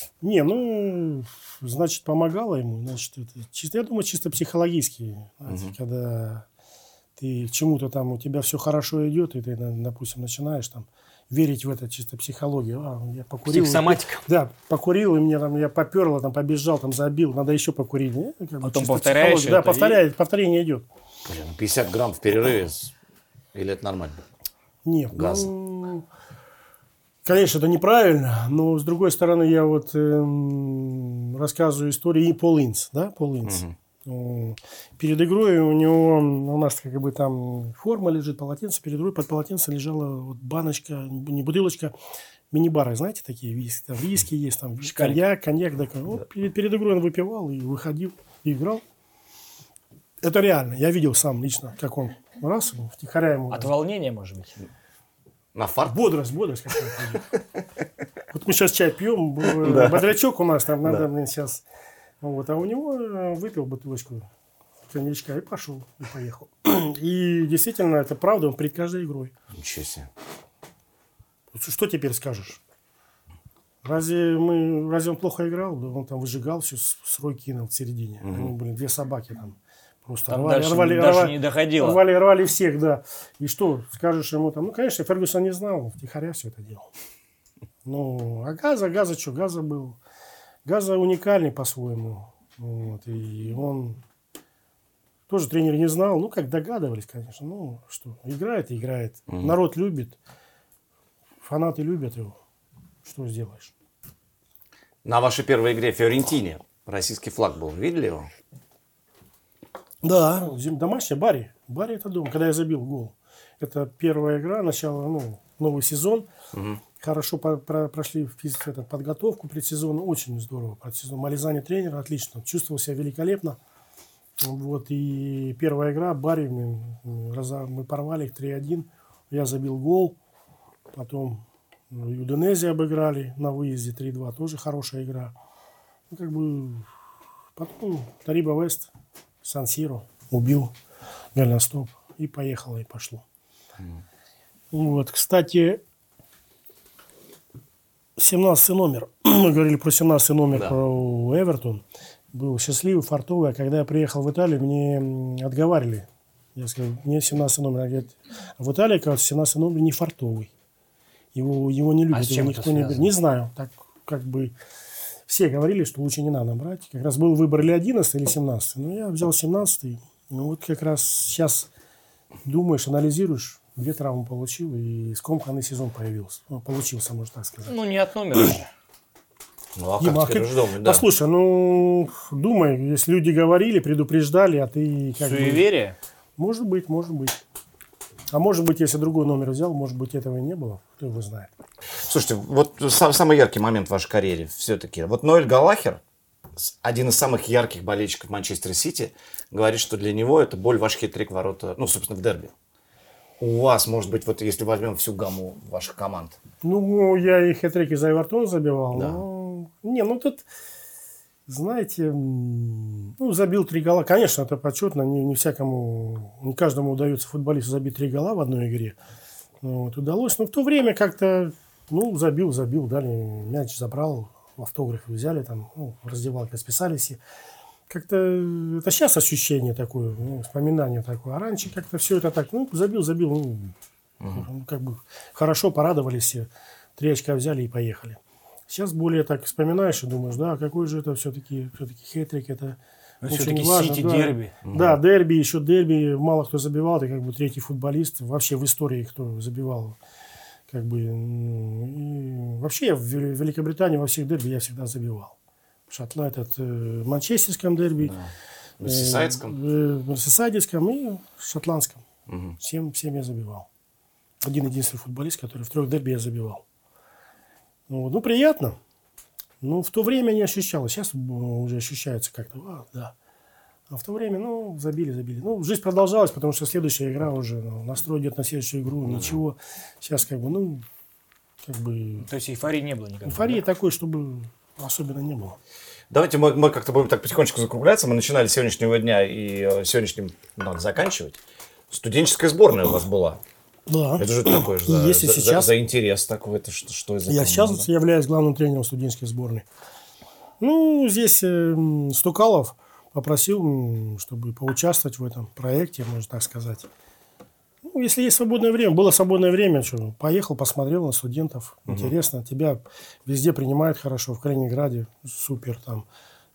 Не, значит, помогало ему. Значит, это чисто, я думаю, чисто психологически. Когда ты к чему-то там, у тебя все хорошо идет, и ты, допустим, начинаешь там верить в это, чисто психологию. Я покурил. Психосоматика. Да, покурил, и мне там, я поперло, там, побежал, там, забил, надо еще покурить. Потом повторяешь. Да, повторение идет. Блин, 50 грамм в перерыве, или это нормально? Нет, Газ. Конечно, это неправильно, но с другой стороны, я вот рассказываю историю и Пол Инс, да, Пол Инс. Перед игрой у нас как бы там форма лежит, полотенце, перед игрой под полотенцем лежала вот баночка, не бутылочка, мини-бары, знаете, такие виски есть, там коньяк, да. Вот перед игрой он выпивал и выходил, и играл. Это реально, я видел сам лично, как он раз, втихаря ему. От волнения, может быть? На фарт? Бодрость какая-то. Вот мы сейчас чай пьем, бодрячок у нас, там надо, блин, сейчас. Вот, а у него выпил бутылочку коньячка и пошел, и поехал. И действительно, это правда, он перед каждой игрой. Ничего себе. Что теперь скажешь? Разве он плохо играл? Да он там выжигал все, срой кинул в середине. Они, блин, 2 собаки там. Просто там дальше не доходило. Рвали всех, да. И что, скажешь ему там, конечно, Фергюсон не знал, втихаря все это делал. Ну, а Газа что, Газа был. Газа уникальный по-своему. Вот, и он тоже тренер не знал, ну, как догадывались, конечно. Ну, что, играет и играет. Народ любит, фанаты любят его. Что сделаешь? На вашей первой игре в Фиорентине российский флаг был. Видели его? Да, домашняя, Барри. Барри это дом, когда я забил гол. Это первая игра, начало, новый сезон. Хорошо прошли подготовку предсезона, очень здорово. Мализани тренер, отлично, чувствовал себя великолепно. Вот, и первая игра, Барри, мы порвали их 3-1. Я забил гол. Потом Юденези обыграли на выезде 3-2, тоже хорошая игра. Ну, как бы, потом Тариба Вест, Сан-Сиро, убил голеностоп, и поехало, и пошло. Вот, кстати, 17 номер. Мы говорили про 17 номер, да. Про Эвертон. был счастливый, фартовый. А когда я приехал в Италию, мне отговаривали. Я сказал, мне 17 номер. Она говорит, в Италии, кажется, 17 номер не фартовый. Его не любят, с чем его это никто не берет. связано? Не знаю, так как бы все говорили, что лучше не надо брать. Как раз был выбор или 11 или 17. Но я взял 17. Ну вот как раз сейчас думаешь, анализируешь, 2 травмы получил, и скомканный сезон появился. Ну, получился, можно так сказать. Ну, не от номера же. Ну, а Дима, как теперь уже думать, да? послушай, ну, думай, если люди говорили, предупреждали, а ты как бы... Суеверие? Может быть, может быть. А может быть, если другой номер взял, может быть, этого и не было. Кто его знает. Слушайте, вот самый яркий момент в вашей карьере все-таки. Вот Ноэль Галахер, один из самых ярких болельщиков Манчестер Сити, говорит, что для него это боль ваш хитрик в ворота, ну, собственно, в дерби. У вас, может быть, вот если возьмем всю гамму ваших команд. Ну, я и хэт-трики за Эвертон забивал. Да. Но... Не, ну тут, знаете, ну, забил 3 гола. Конечно, это почетно. Не всякому, не каждому удается футболисту забить 3 гола в одной игре. Ну, вот, удалось. Но в то время как-то, ну, забил, дали мяч, забрал, автограф взяли, там, ну, в раздевалке расписались. И как-то это сейчас ощущение такое, ну, вспоминание такое. А раньше как-то все это так, ну, забил, ну, как бы хорошо порадовались все. 3 очка взяли и поехали. Сейчас более так вспоминаешь и думаешь, да, какой же это все-таки хэт-трик, это Ну, очень все-таки важно. Сити Да. дерби. Да, дерби, еще дерби, мало кто забивал, ты как бы 3-й футболист вообще в истории, кто забивал. Как бы, и вообще я в Великобритании во всех дерби я всегда забивал. В манчестерском дерби, В Мерсисайдском. в мерсисайдском и в шотландском. Всем я забивал. Один-единственный футболист, который в 3 дерби я забивал. Ну, приятно. Ну, в то время не ощущалось. Сейчас уже ощущается как-то, да. А в то время, ну, забили. Ну, жизнь продолжалась, потому что следующая игра уже, настрой идет на следующую игру, ничего. Сейчас как бы, ну, как бы... То есть эйфории не было никакой? Эйфории такой, чтобы особенно не было. Давайте мы как-то будем так потихонечку закругляться. Мы начинали с сегодняшнего дня, и сегодняшним надо заканчивать. Студенческая сборная у вас была. Да. Это же такое же И если сейчас... за интерес такой. Это что из-за Я команда? сейчас являюсь главным тренером студенческой сборной. Ну, здесь Стукалов попросил, чтобы поучаствовать в этом проекте, можно так сказать. Ну, если есть свободное время, было свободное время, что, поехал, посмотрел на студентов, интересно, тебя везде принимают хорошо, в Калининграде супер, там,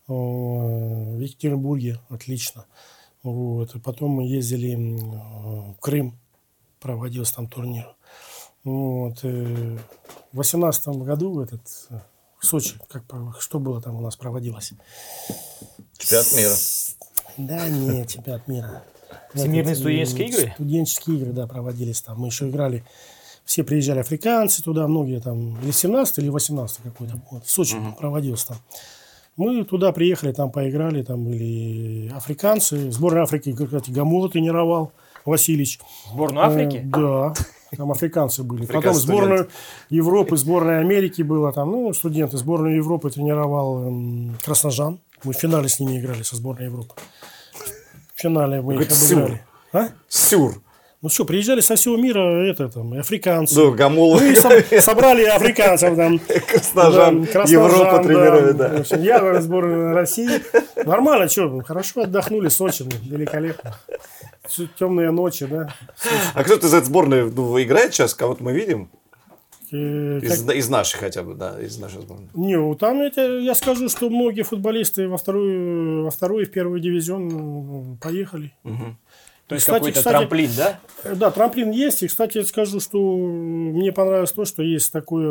в Екатеринбурге отлично. Вот. И потом мы ездили в Крым, проводился там турнир. Вот. В 2018 году в Сочи, что было там у нас проводилось? Чемпионат мира. Да, нет, чемпионат мира. Всемирные студенческие игры? Студенческие игры, да, проводились там. Мы еще играли, все приезжали африканцы туда, многие там, или 17 или 18 какой-то. Вот, в Сочи проводился там. Мы туда приехали, там поиграли, там были африканцы. Сборная Африки, кстати, Гамула тренировал Васильевич. Сборную Африки? Да, там африканцы были. Африканцы Потом сборную Европы, сборная Америки была там, ну, студенты. Сборную Европы тренировал Красножан. Мы в финале с ними играли, со сборной Европы. В финале мы их обыграли. А? Сюр. Ну что, приезжали со всего мира, и африканцы. Ну, Гамула. Мы собрали африканцев там. Красножан. Да, Европа тренирует, да. В общем, я сборная России. Нормально, что, хорошо отдохнули, Сочи, великолепно. Темные ночи, да. А кто-то из этой сборной играет сейчас? Кого-то мы видим? Как- Из нашей хотя бы, да, из нашей сборной. Не, там я скажу, что многие футболисты во второй и в первый дивизион поехали. То есть Кстати, какой-то трамплин, да? Да, трамплин есть. И, кстати, скажу, что мне понравилось то, что есть такое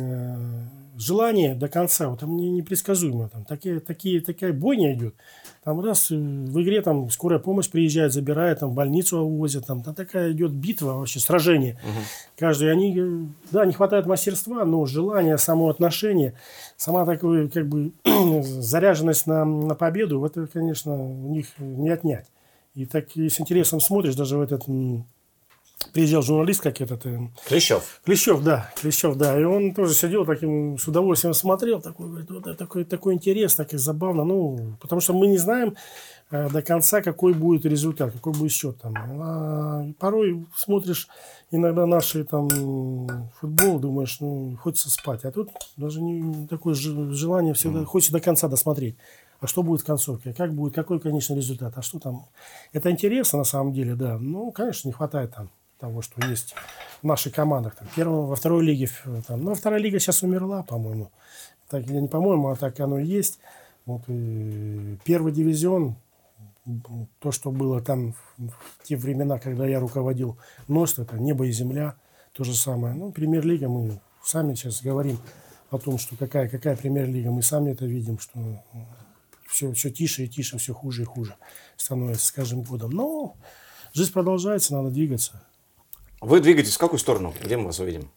желание до конца. Вот там непредсказуемо. Там такая бойня идет. Там раз в игре там скорая помощь приезжает, забирает, там в больницу увозят. Там такая идет битва, вообще сражение. Каждый, они, да, не хватает мастерства, но желание, самоотношение, сама такая как бы заряженность на победу, это, конечно, у них не отнять. И так и с интересом смотришь, даже в этот... Приезжал журналист, как Клещев. Клещев, да. И он тоже сидел таким, с удовольствием смотрел, такой, говорит, вот такой интерес, так и забавно. Ну, потому что мы не знаем до конца, какой будет результат, какой будет счет там. А порой смотришь иногда наши там футбол, думаешь, ну, хочется спать. А тут даже не такое желание всегда, хочется до конца досмотреть. а что будет в концовке, как будет, какой конечный результат, а что там. Это интересно на самом деле, да. Ну, конечно, не хватает там того, что есть в наших командах. Там, во второй лиге. Там, ну, вторая лига сейчас умерла, по-моему. Так, не по-моему, а так оно и есть. Вот, и первый дивизион, то, что было там в те времена, когда я руководил НОСТ, это небо и земля, то же самое. Ну, премьер-лига, мы сами сейчас говорим о том, что какая премьер-лига, мы сами это видим, что все тише и тише, все хуже и хуже становится с каждым годом. Но жизнь продолжается, надо двигаться. Вы двигаетесь в какую сторону? Где мы вас увидим?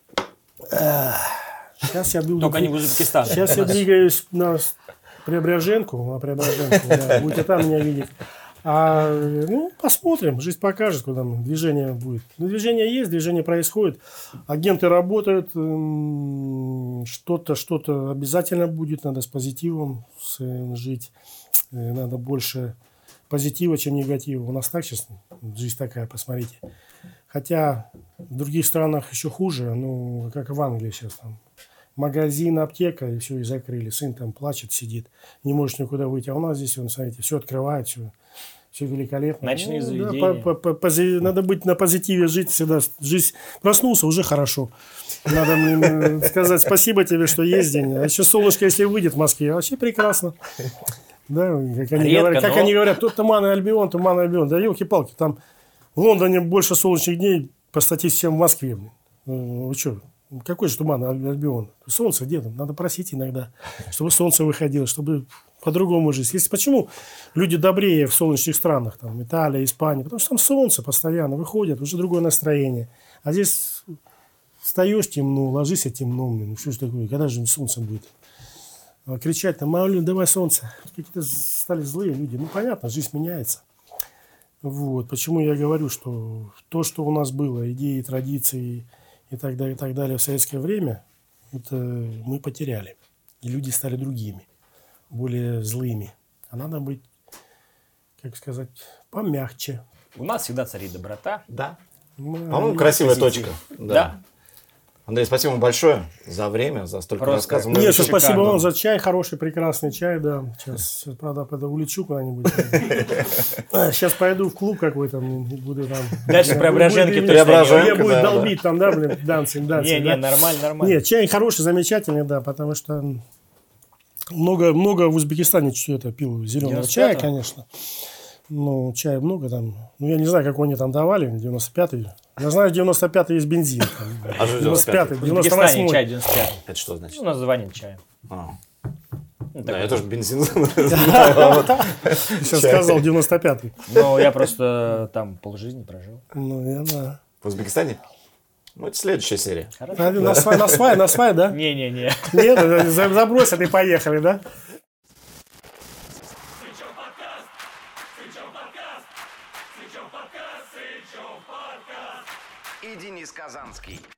Сейчас я буду... Только не в Узбекистан. Сейчас я двигаюсь на Преображенку, да, будете там меня видеть. Ну, посмотрим, жизнь покажет, куда движение будет. Ну, движение есть, движение происходит, агенты работают, что-то обязательно будет, надо с позитивом жить, надо больше позитива, чем негатива. У нас так сейчас жизнь такая, посмотрите. Хотя в других странах еще хуже, ну, как в Англии сейчас там. Магазин, аптека, и все, и закрыли. Сын там плачет, сидит, не может никуда выйти. А у нас здесь, смотрите, все открывает, все великолепно. Ночные заведения. Надо быть на позитиве, жить всегда. Жизнь проснулся, уже хорошо. Надо мне сказать спасибо тебе, что есть день. А еще солнышко, если выйдет в Москве, вообще прекрасно. Да, как они говорят, тут Туман и Альбион. Да елки-палки, там в Лондоне больше солнечных дней по статистике, чем в Москве. Вы что? Какой же Туман, Альбион? Солнце где там? Надо просить иногда, чтобы солнце выходило, чтобы по-другому жить. Почему люди добрее в солнечных странах, там, Италия, Испания? Потому что там солнце постоянно выходит, уже другое настроение. А здесь встаешь темно, ложишься темно. Ну что ж такое, когда же солнце будет? Кричать там, давай солнце. Какие-то стали злые люди. Ну понятно, жизнь меняется. Вот. Почему я говорю, что то, что у нас было, идеи, традиции и так далее в советское время, это мы потеряли. И люди стали другими, более злыми. А надо быть, как сказать, помягче. У нас всегда царит доброта. Да. По-моему, красивая точка. Да. Андрей, спасибо вам большое за время, за столько рассказов. Нет, спасибо вам за чай, хороший, прекрасный чай, да. Сейчас правда, улечу куда-нибудь. Сейчас пойду в клуб какой-то, буду там... Дальше Преображенки. Я буду долбить там, да, блин, дансинг. Не, нормально. Нет, чай хороший, замечательный, да, потому что много в Узбекистане что-то пил зеленого чая, конечно. Ну, чая много там. Ну, я не знаю, какой они там давали, 95-й. Я знаю, 95-й есть бензин. А 95-й, 98-й. Чай 95-й. Это что значит? У нас звонит чаем. Да, я тоже бензин. Сейчас сказал 95-й. Ну, я просто там полжизни прожил. Ну, я да. В Узбекистане? Ну, это следующая серия. На свай, да? Не. Нет, забросят и поехали, да? И Денис Казанский.